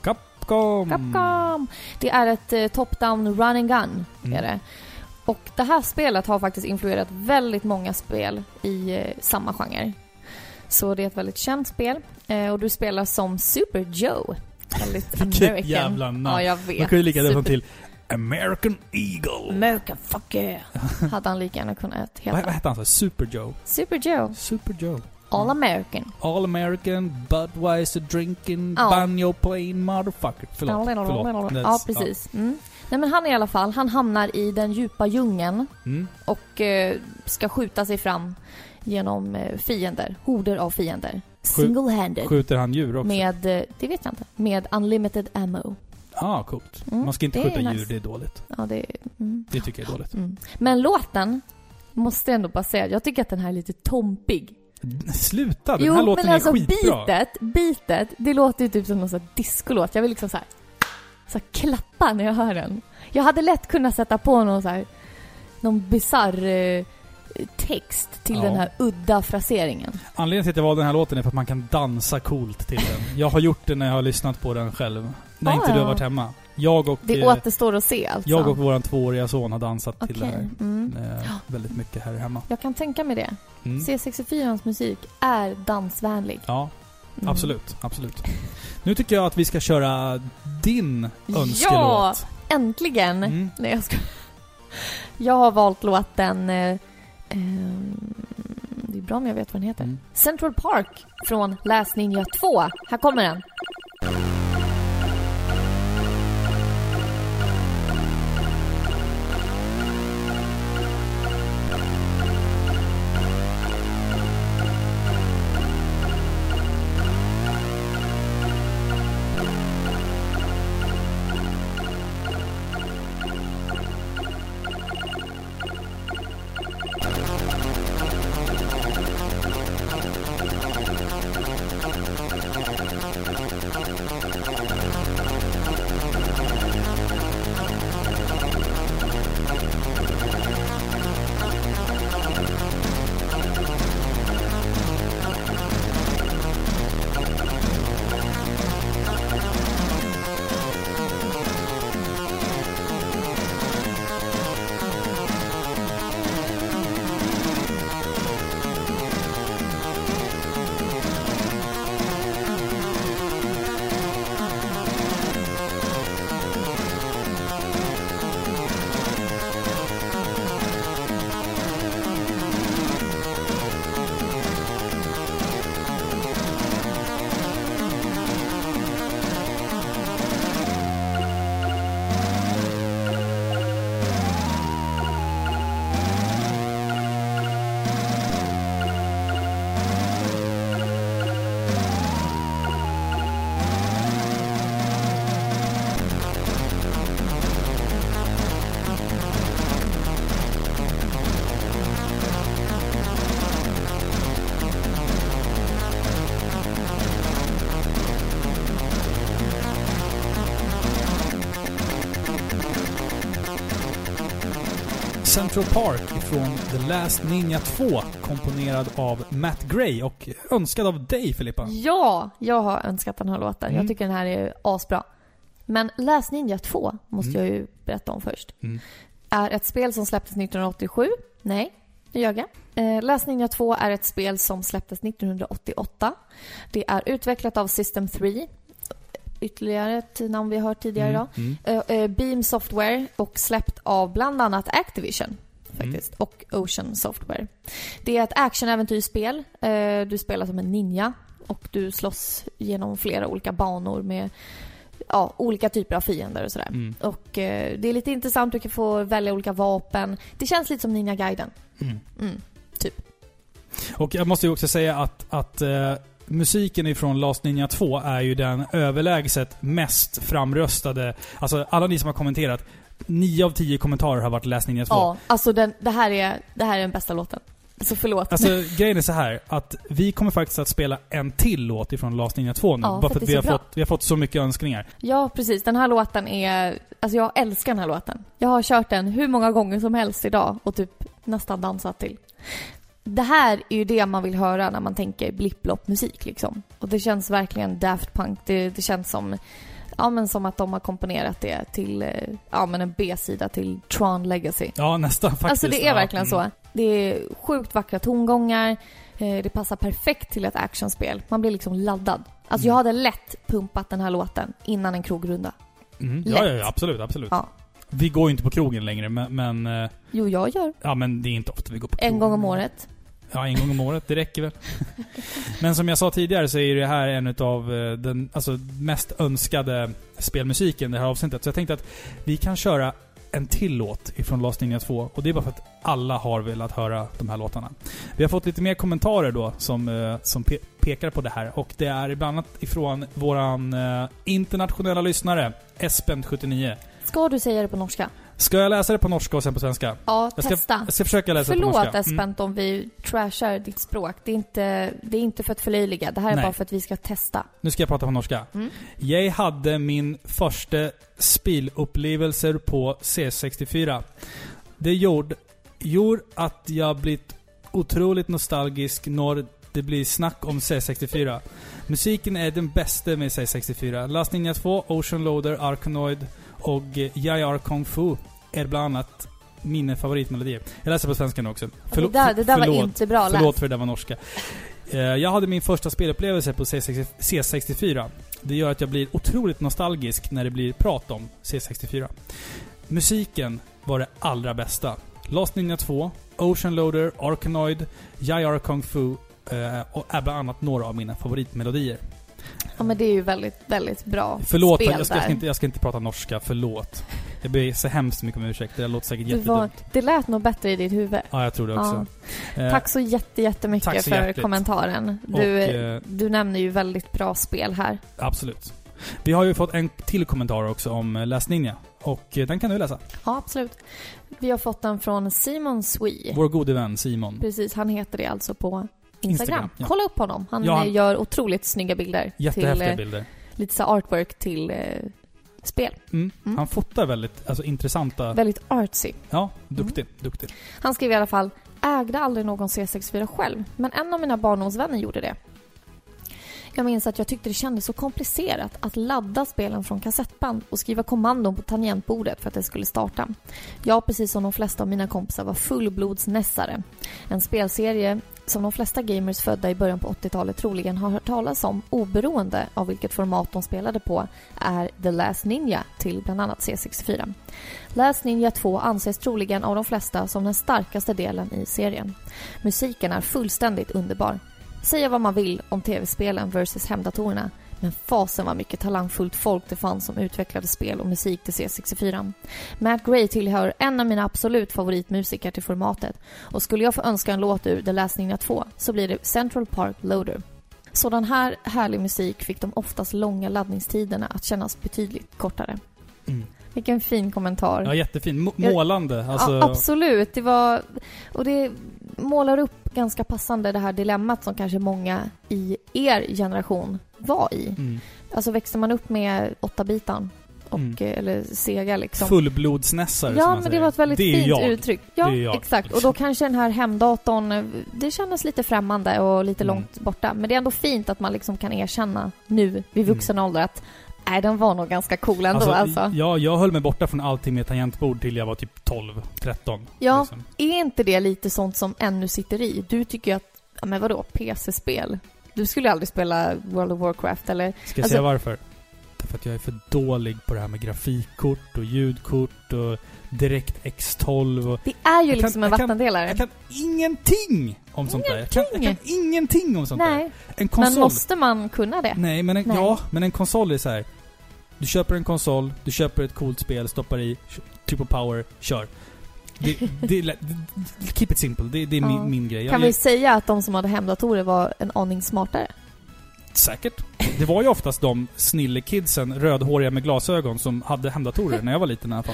Capcom! Capcom! Det är ett eh, top-down run and gun. Mm. Är det. Och det här spelet har faktiskt influerat väldigt många spel i eh, samma genre. Så det är ett väldigt känt spel. Eh, och du spelar som Super Joe. Väldigt American. Jävla namn. Ja, jag vet. Man kan ju lika gärna till American Eagle. American fuck yeah. Hade han lika gärna kunnat heta. Vad, vad hette han så? Super Joe. Super Joe. Super Joe. All American. All American, Budweiser drinking, ja. banjo playing motherfucker. Förlåt. Förlåt. Ja, precis. Ja. Mm. Nej, men han i alla fall, han hamnar i den djupa djungeln mm. och eh, ska skjuta sig fram genom eh, fiender, horder av fiender. Single-handed. Skjuter han djur också? Med, eh, det vet jag inte. Med unlimited ammo. Ja, ah, coolt. Mm. Man ska inte skjuta nice. djur, det är dåligt. Ja, det, mm. det tycker jag är dåligt. Mm. Men låten, måste jag ändå bara säga, jag tycker att den här är lite tompig. Sluta, den jo, här låten men alltså, är skitbra. Beatet, beatet, det låter ju typ som någon sån här discolåt. Jag vill liksom så här, så här klappa när jag hör den. Jag hade lätt kunnat sätta på någon så här, någon bizarr eh, text till ja. den här udda fraseringen. Anledningen till att jag valde den här låten är för att man kan dansa coolt till den. Jag har gjort det när jag har lyssnat på den själv. När ah, inte ja. du har varit hemma. Jag och, det återstår att se alltså. Jag och våran tvååriga son har dansat okay. till det här mm. eh, väldigt mycket här hemma. Jag kan tänka mig det. Mm. C sextiofyrans musik är dansvänlig. Ja, mm. absolut, absolut. Nu tycker jag att vi ska köra din önskelåt. Ja, äntligen. Mm. Nej, jag ska... Jag har valt låten eh, eh, det är bra om jag vet vad den heter. Mm. Central Park från Last Ninja två. Här kommer den. Central Park från The Last Ninja två, komponerad av Matt Gray och önskad av dig, Filippa. Ja, jag har önskat den här låten. Mm. Jag tycker den här är asbra. Men Last Ninja två måste mm. jag ju berätta om först. Mm. Är ett spel som släpptes nittonhundraåttiosju. Nej, det ljög jag. Eh, Last Ninja två är ett spel som släpptes nittonhundraåttioåtta. Det är utvecklat av System tre. Ytterligare ett namn vi har hört tidigare mm, idag. mm. Uh, uh, Beam Software och släppt av bland annat Activision faktiskt mm. och Ocean Software. Det är ett actionäventyrsspel. Uh, du spelar som en ninja och du slåss genom flera olika banor med ja, olika typer av fiender och sådär. Mm. Och uh, det är lite intressant. Du kan få välja olika vapen. Det känns lite som Ninja Gaiden. Mm. Mm, typ. Och jag måste ju också säga att, att uh... musiken ifrån Last Ninja två är ju den överlägset mest framröstade. Alltså alla ni som har kommenterat, nio av tio kommentarer har varit Last Ninja två. Ja, alltså den, det, här är, det här är den bästa låten. Så förlåt. Alltså grejen är så här att vi kommer faktiskt att spela en till låt ifrån Last Ninja två nu. Ja, bara för att vi har, bra. fått, vi har fått så mycket önskningar. Ja, precis. Den här låten är... Alltså jag älskar den här låten. Jag har kört den hur många gånger som helst idag och typ nästan dansat till. Det här är ju det man vill höra när man tänker blipplopp musik liksom. Och det känns verkligen Daft Punk. Det, det känns som Ja, men som att de har komponerat det till ja, men en B-sida till Tron Legacy. Ja, nästan faktiskt. Alltså det är ja. verkligen så. Det är sjukt vackra tongångar. Det passar perfekt till ett actionspel. Man blir liksom laddad. Alltså mm. jag hade lätt pumpat den här låten innan en krogrunda. Mm. Ja, ja, ja, absolut, absolut. Ja. Vi går ju inte på krogen längre, men... men jo, jag gör. Ja, men det är inte ofta vi går på krogen. En gång om året. Ja, en gång om året, det räcker väl. Men som jag sa tidigare så är det här en av den alltså, mest önskade spelmusiken i det här avsnittet. Så jag tänkte att vi kan köra en till låt ifrån Last Ninja två. Och det är bara för att alla har velat höra de här låtarna. Vi har fått lite mer kommentarer då som, som pe- pekar på det här. Och det är bland annat ifrån våran uh, internationella lyssnare, Espen sjuttionio. Ska du säga det på norska? Ska jag läsa det på norska och sen på svenska? Ja, jag ska, testa. Jag ska försöka läsa Förlåt, det på norska. Espen, mm. om vi trashar ditt språk. Det är inte, det är inte för att förlöjliga. Det här är Nej. bara för att vi ska testa. Nu ska jag prata på norska. Mm. Jag hade min första spilupplevelser på C sextiofyra. Det gjorde, gjorde att jag blivit otroligt nostalgisk när det blir snack om C sextiofyra. Musiken är den bästa med C sextiofyra. Last Ninja två, Ocean Loader, Arkanoid och J R Kung Fu är bland annat mina favoritmelodier. Jag läser på svenska nu också. Förlå- det där, det där förlåt, var inte bra läst. Förlåt för det där var norska. Jag hade min första spelupplevelse på C sextiofyra. Det gör att jag blir otroligt nostalgisk när det blir prat om C sextiofyra. Musiken var det allra bästa. Last Ninja två, Ocean Loader, Arkanoid, J R Kung Fu och är bland annat några av mina favoritmelodier. Ja, men det är ju väldigt, väldigt bra Förlåt, spel jag ska, jag, ska inte, jag ska inte prata norska, förlåt. Jag ber så hemskt mycket om ursäkt, det låter säkert jättedumt. Var, det lät nog bättre i ditt huvud. Ja, jag tror det också. Ja. Tack så jätte, jättemycket Tack så för hjärtligt. kommentaren. Du, och, eh, du nämner ju väldigt bra spel här. Absolut. Vi har ju fått en till kommentar också om Last Ninja. Och den kan du läsa. Ja, absolut. Vi har fått den från Simon Swee. Vår gode vän Simon. Precis, han heter det alltså på Instagram. Instagram ja. Kolla upp honom. Han, ja, han gör otroligt snygga bilder. Jättehäftiga till, bilder. Lite så artwork till eh, spel. Mm. Mm. Han fotar väldigt alltså, intressanta... Väldigt artsy. Ja, duktig, mm. duktig. Han skrev i alla fall: ägde aldrig någon C sextiofyra själv, men en av mina barndomsvänner gjorde det. Jag minns att jag tyckte det kändes så komplicerat att ladda spelen från kassettband och skriva kommandon på tangentbordet för att det skulle starta. Jag, precis som de flesta av mina kompisar, var fullblodsnässare. En spelserie som de flesta gamers födda i början på åttiotalet troligen har hört talas om, oberoende av vilket format de spelade på, är The Last Ninja till bland annat C sextiofyra. Last Ninja två anses troligen av de flesta som den starkaste delen i serien. Musiken är fullständigt underbar. Säga vad man vill om tv-spelen versus hemdatorerna, men fasen var mycket talangfullt folk det fanns som utvecklade spel och musik till C sextiofyra. Matt Gray tillhör en av mina absolut favoritmusiker till formatet, och skulle jag få önska en låt ur The Last Ninja två så blir det Central Park Loader. Sådan här härlig musik fick de oftast långa laddningstiderna att kännas betydligt kortare. Mm. Vilken fin kommentar. Ja, jättefin. M- målande. Alltså... Ja, absolut. Det var... Och det målar upp ganska passande det här dilemmat som kanske många i er generation var i. Mm. Alltså växte man upp med åtta bitan och, mm. eller Sega liksom. Fullblodsnässare. Ja, men det var ett väldigt fint jag. uttryck. Ja, jag, exakt. liksom. Och då kanske den här hemdatorn, det kändes lite främmande och lite mm. långt borta. Men det är ändå fint att man liksom kan erkänna nu vid vuxen mm. ålder att nej, den var nog ganska cool ändå. Alltså, alltså. Ja, jag höll mig borta från allting med tangentbord till jag var typ tolv tretton. Ja, liksom. Är inte det lite sånt som ännu sitter i? Du tycker ju att, ja men vadå, P C-spel? Du skulle ju aldrig spela World of Warcraft, eller? Ska jag alltså, säga varför? Därför att jag är för dålig på det här med grafikkort och ljudkort och DirectX tolv. Och det är ju jag liksom kan, en jag vattendelare. Kan, jag kan ingenting om sånt där. Jag kan, jag kan ingenting om sånt Nej. där. En konsol. Men måste man kunna det? Nej, men en, Nej. Ja, men en konsol är så här. Du köper en konsol, du köper ett coolt spel, stoppar i, triple power, kör. Det, det, det, keep it simple, det, det är ja. min, min grej. Kan jag, vi säga att de som hade hemdatorer var en aning smartare? Säkert. Det var ju oftast de snillekidsen, rödhåriga med glasögon, som hade hemdatorer när jag var liten i alla fall.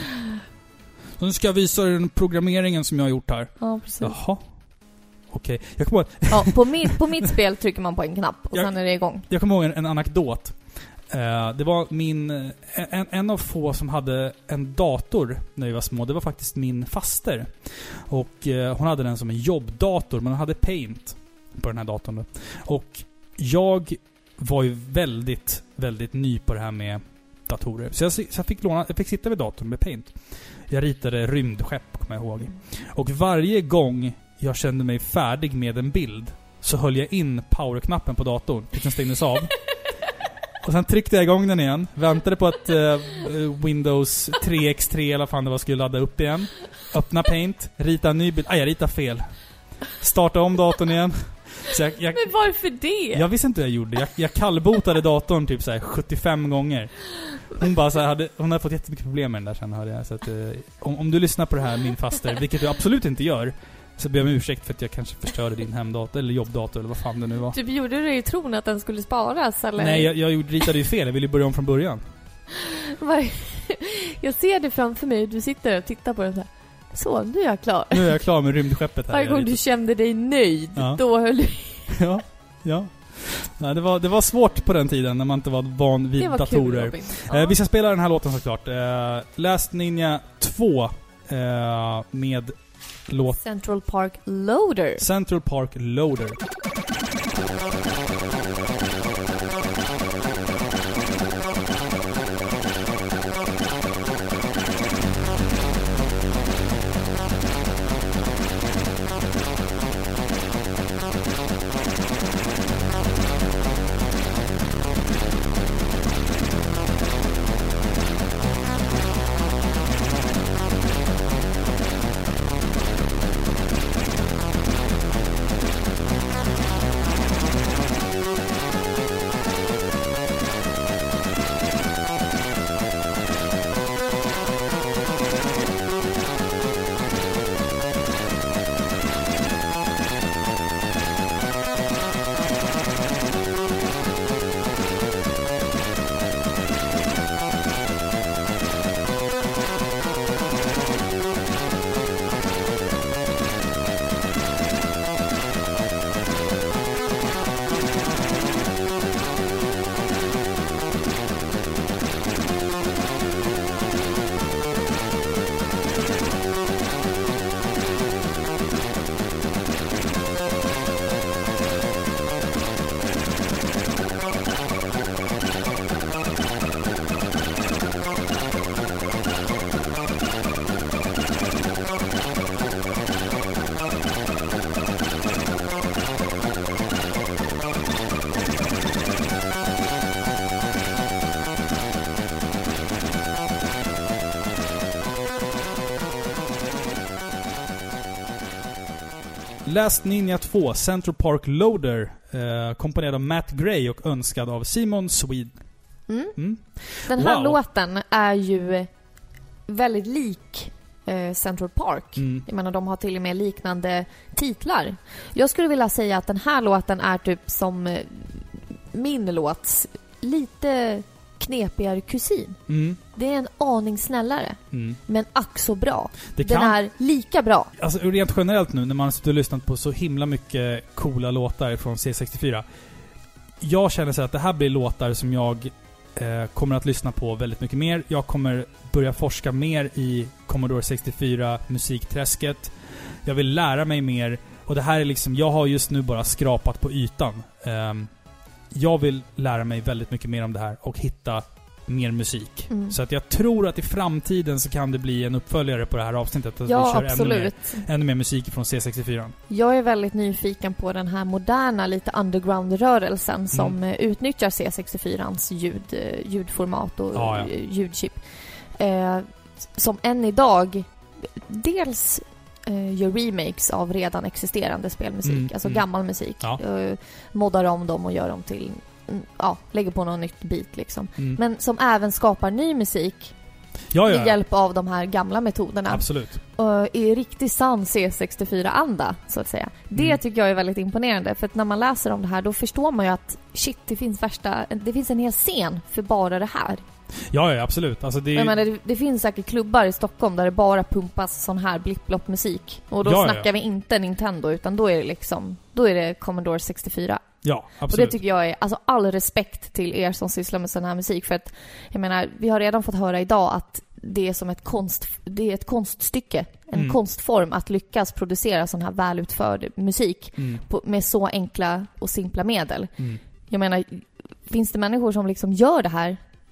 Så nu ska jag visa den programmeringen som jag har gjort här. Ja, precis. Jaha. Okej. Okay. Jag kommer ihåg... ja, på, mitt, på mitt spel trycker man på en knapp och jag, sen är det igång. Jag kommer ihåg en, en anekdot. Uh, det var min en, en av få som hade en dator när vi var små. Det var faktiskt min faster. Och uh, hon hade den som en jobbdator, men hon hade Paint på den här datorn då. Och jag var ju väldigt väldigt ny på det här med datorer. Så jag, så jag, fick låna, jag fick sitta vid datorn med Paint. Jag ritade rymdskepp, kommer jag ihåg. Och varje gång jag kände mig färdig med en bild så höll jag in powerknappen på datorn tills den stängdes av. Och sen tryckte jag igång den igen. Väntade på att uh, Windows tre x tre eller vad fan det var skulle ladda upp igen. Öppna Paint, rita en ny bild. Aj, jag ritade fel. Starta om datorn igen. Så jag, jag, Men varför det? Jag visste inte vad jag gjorde. Jag, jag kallbotade datorn typ så här sjuttiofem gånger. Hon bara så här hade, hon hade fått jättemycket problem med den där sen, hörde jag. Så att, uh, om, om du lyssnar på det här, min faster, vilket du absolut inte gör, så ber jag om ursäkt för att jag kanske förstörde din hemdator eller jobbdator eller vad fan det nu var. Typ gjorde du det i tron att den skulle sparas eller? Nej, jag, jag ritade ju fel. Jag ville börja om från början. Jag ser det framför mig. Du sitter och tittar på den så här. Så, nu är jag klar. Nu är jag klar med rymdskeppet här. Varje gång du kände dig nöjd, ja. Då höll du... Ja, ja. Nej, det, var, det var svårt på den tiden när man inte var van vid det var datorer. Kul, ja. eh, vi ska spela den här låten såklart. Eh, Last Ninja två eh, med låt Central Park Loader. Central Park Loader. Last Ninja två, Central Park Loader, eh, komponerad av Matt Gray och önskad av Simon Swede. Mm. Mm. Den här wow. låten är ju väldigt lik eh, Central Park. Mm. Jag menar, de har till och med liknande titlar. Jag skulle vilja säga att den här låten är typ som eh, min låts lite knepigare kusin. Mm. Det är en aning snällare. Mm. Men ack så bra. Det Den kan... är lika bra. Alltså rent generellt nu när man har lyssnat på så himla mycket coola låtar från C sextiofyra. Jag känner så att det här blir låtar som jag eh, kommer att lyssna på väldigt mycket mer. Jag kommer börja forska mer i Commodore sextiofyra musikträsket. Jag vill lära mig mer. Och det här är liksom, jag har just nu bara skrapat på ytan. Um, Jag vill lära mig väldigt mycket mer om det här och hitta mer musik. Mm. Så att jag tror att i framtiden så kan det bli en uppföljare på det här avsnittet. Att ja, vi kör absolut. Ännu mer, ännu mer musik från C sextiofyra. Jag är väldigt nyfiken på den här moderna, lite underground-rörelsen som mm. utnyttjar C sextiofyrans ljud, ljudformat och ja, ja. ljudchip. Eh, som än idag dels Uh, gör remakes av redan existerande spelmusik, mm, alltså mm. gammal musik. Ja. Uh, moddar om dem och gör dem till, mm, ja, lägger på något nytt beat liksom. Mm. Men som även skapar ny musik ja, ja. med hjälp av de här gamla metoderna. Absolut. Uh, I riktigt sann C sextiofyra-anda, så att säga. Det mm. tycker jag är väldigt imponerande, för att när man läser om det här, då förstår man ju att shit, det finns värsta, det finns en hel scen för bara det här. Ja, ja, absolut. Alltså det, är... menar, det, det finns säkert klubbar i Stockholm där det bara pumpas sån här blipp-blopp-musik. Och då ja, snackar ja. vi inte Nintendo, utan då är det liksom, då är det Commodore sextiofyra. Ja, absolut. Och det tycker jag är, alltså all respekt till er som sysslar med sån här musik. För att, jag menar, vi har redan fått höra idag att det är som ett konst, det är ett konststycke, en mm. konstform att lyckas producera sån här välutförd musik mm. på, med så enkla och simpla medel. Mm. Jag menar, finns det människor som liksom gör det här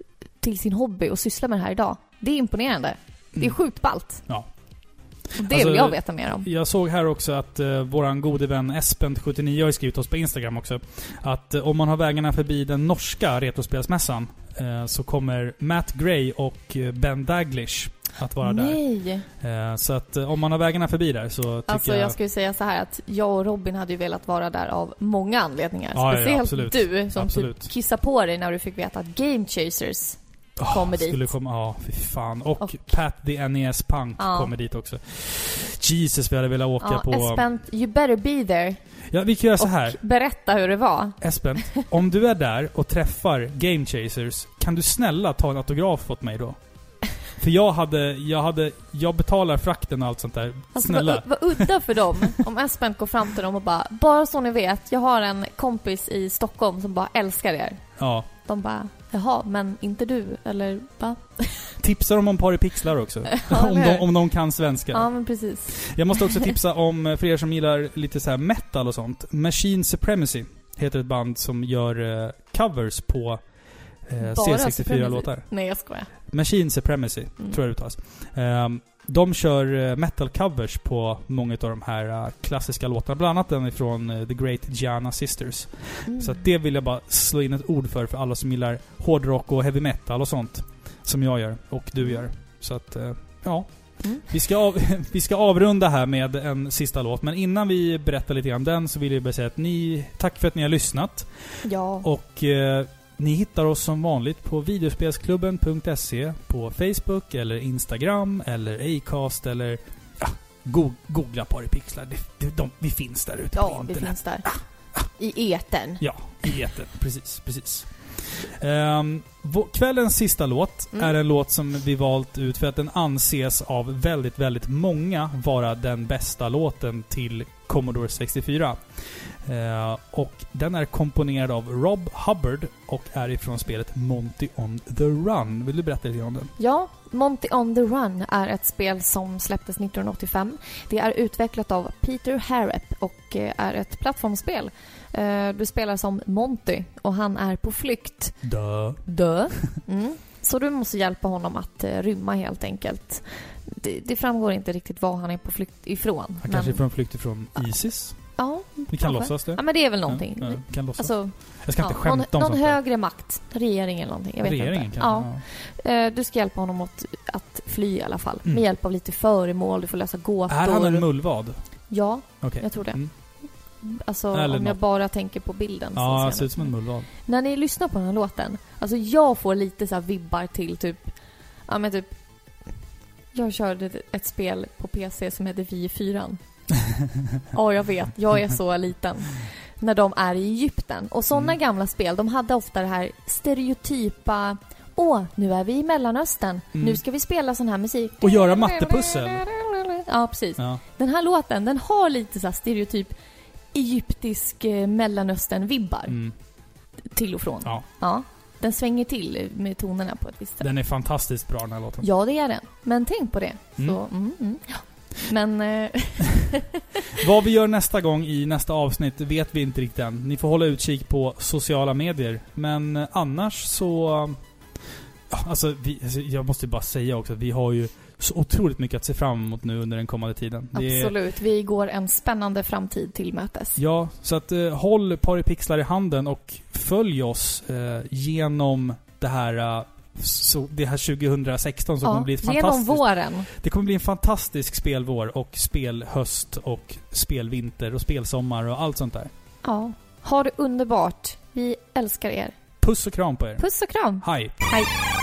till sin hobby och sysslar med det här idag. Det är imponerande. Det är Mm. sjukt ballt. Ja. Och det Alltså, vill jag veta mer om. Jag såg här också att uh, våran gode vän Espen sjuttionio har skrivit oss på Instagram också. Att uh, om man har vägarna förbi den norska retrospelsmässan uh, så kommer Matt Gray och uh, Ben Daglish att vara Nej. där. Uh, så att uh, om man har vägarna förbi där så tycker Alltså jag... jag skulle säga så här att jag och Robin hade ju velat vara där av många anledningar. Ja, ja, Speciellt absolut. du som Absolut. typ kissade på dig när du fick veta att Game Chasers Oh, kommer dit. Skulle komma, ja, fy fan. Och, Och- Pat the N E S Punk Ja. kommer dit också. Jesus, vi hade velat åka Ja, på... Espen, you better be there. Ja, vi kan göra så här. Och berätta hur det var. Espen, om du är där och träffar Game Chasers, kan du snälla ta en autograf åt mig då? För jag hade, jag hade, jag betalar frakten och allt sånt där. Alltså Snälla. vad, vad udda för dem om Espen går fram till dem och bara, bara så ni vet, jag har en kompis i Stockholm som bara älskar er. Ja. De bara, jaha, men inte du, eller va? Tipsar dem om Paripixlar också. Ja, om, eller de, hur? om de kan svenska. Ja, men precis. Jag måste också tipsa om, för er som gillar lite så här metal och sånt. Machine Supremacy heter ett band som gör eh, covers på eh, C sextiofyra-låtar. Nej, jag skojar. Machine Supremacy, Mm. tror jag det uttalas. Um, de kör eh, metal covers på många av de här uh, klassiska låtarna. Bland annat den ifrån uh, The Great Gianna Sisters. Mm. Så att det vill jag bara slå in ett ord för, för alla som gillar hårdrock och heavy metal och sånt. Som jag gör, och du gör. Så att, uh, ja. Mm. Vi ska, av, vi ska avrunda här med en sista låt. Men innan vi berättar lite grann om den så vill jag bara säga att ni, tack för att ni har lyssnat. Ja. Och eh, ni hittar oss som vanligt på videospelsklubben punkt se på Facebook eller Instagram eller Acast eller ja, go- googla Paripixlar. Det, det, de, vi finns där ute på Ja, vi internet. finns där. I etern. Ja, i etern. Precis, precis. Um, vår, kvällens sista låt Mm. är en låt som vi valt ut för att den anses av väldigt, väldigt många vara den bästa låten till Commodore sextiofyra. Uh, och den är komponerad av Rob Hubbard och är ifrån spelet Monty on the Run. Vill du berätta lite om den? Ja, Monty on the Run är ett spel som släpptes nittonhundraåttiofem. Det är utvecklat av Peter Harrep och eh, är ett plattformsspel. Eh, Du spelar som Monty och han är på flykt. Duh. Dö. Mm. Så du måste hjälpa honom att eh, rymma helt enkelt. Det, det framgår inte riktigt var han är på flykt ifrån. Han kanske är från flykt ifrån ISIS? Ja, Vi kan kanske. låtsas det. Ja, men det är väl någonting. Ja, ja, vi kan låtsas. Alltså, jag ska ja, inte skämta någon, om någon sånt där. högre makt. Regering eller någonting. Jag vet Regeringen inte. kanske? Ja. Ja. Eh, Du ska hjälpa honom att, att fly i alla fall. Mm. Med hjälp av lite föremål. Du får lösa gåtor. Är han en mullvad? Ja, Okej. jag tror det. Mm. Alltså Eller om jag något. bara tänker på bilden. så Ja, ser det jag ser ut som en något. mullvad. När ni lyssnar på den här låten. Alltså jag får lite så här vibbar till typ... Ja men typ... Jag körde ett spel på P C som heter Vi fyra. Ja, jag vet. Jag är så liten. När de är i Egypten. Och sådana Mm. gamla spel, de hade ofta det här stereotypa... Åh, nu är vi i Mellanöstern. Mm. Nu ska vi spela sån här musik. Och göra mattepussel. Ja, precis. Ja. Den här låten, den har lite så här stereotyp egyptisk eh, Mellanöstern-vibbar Mm. till och från. Ja. Ja. Den svänger till med tonerna på ett visst sätt. Den är fantastiskt bra, den här låten. Ja, det är den. Men tänk på det. Mm. Så, mm, mm. Ja. Men... Eh, Vad vi gör nästa gång i nästa avsnitt vet vi inte riktigt än. Ni får hålla utkik på sociala medier. Men eh, annars så... ja, Alltså, vi, alltså, jag måste bara säga också att vi har ju så otroligt mycket att se fram emot nu under den kommande tiden. Det är- absolut. Vi går en spännande framtid till mötes. Ja, så att eh, håll Paripixlar i handen och följ oss eh, genom det här eh, så det här tjugohundrasexton som Ja, kommer bli ett genom fantastiskt... våren. Det kommer bli en fantastisk spelvår och spelhöst och spelvinter och spelsommar och allt sånt där. Ja. Ha det underbart. Vi älskar er. Puss och kram på er. Puss och kram. Hej! Hej.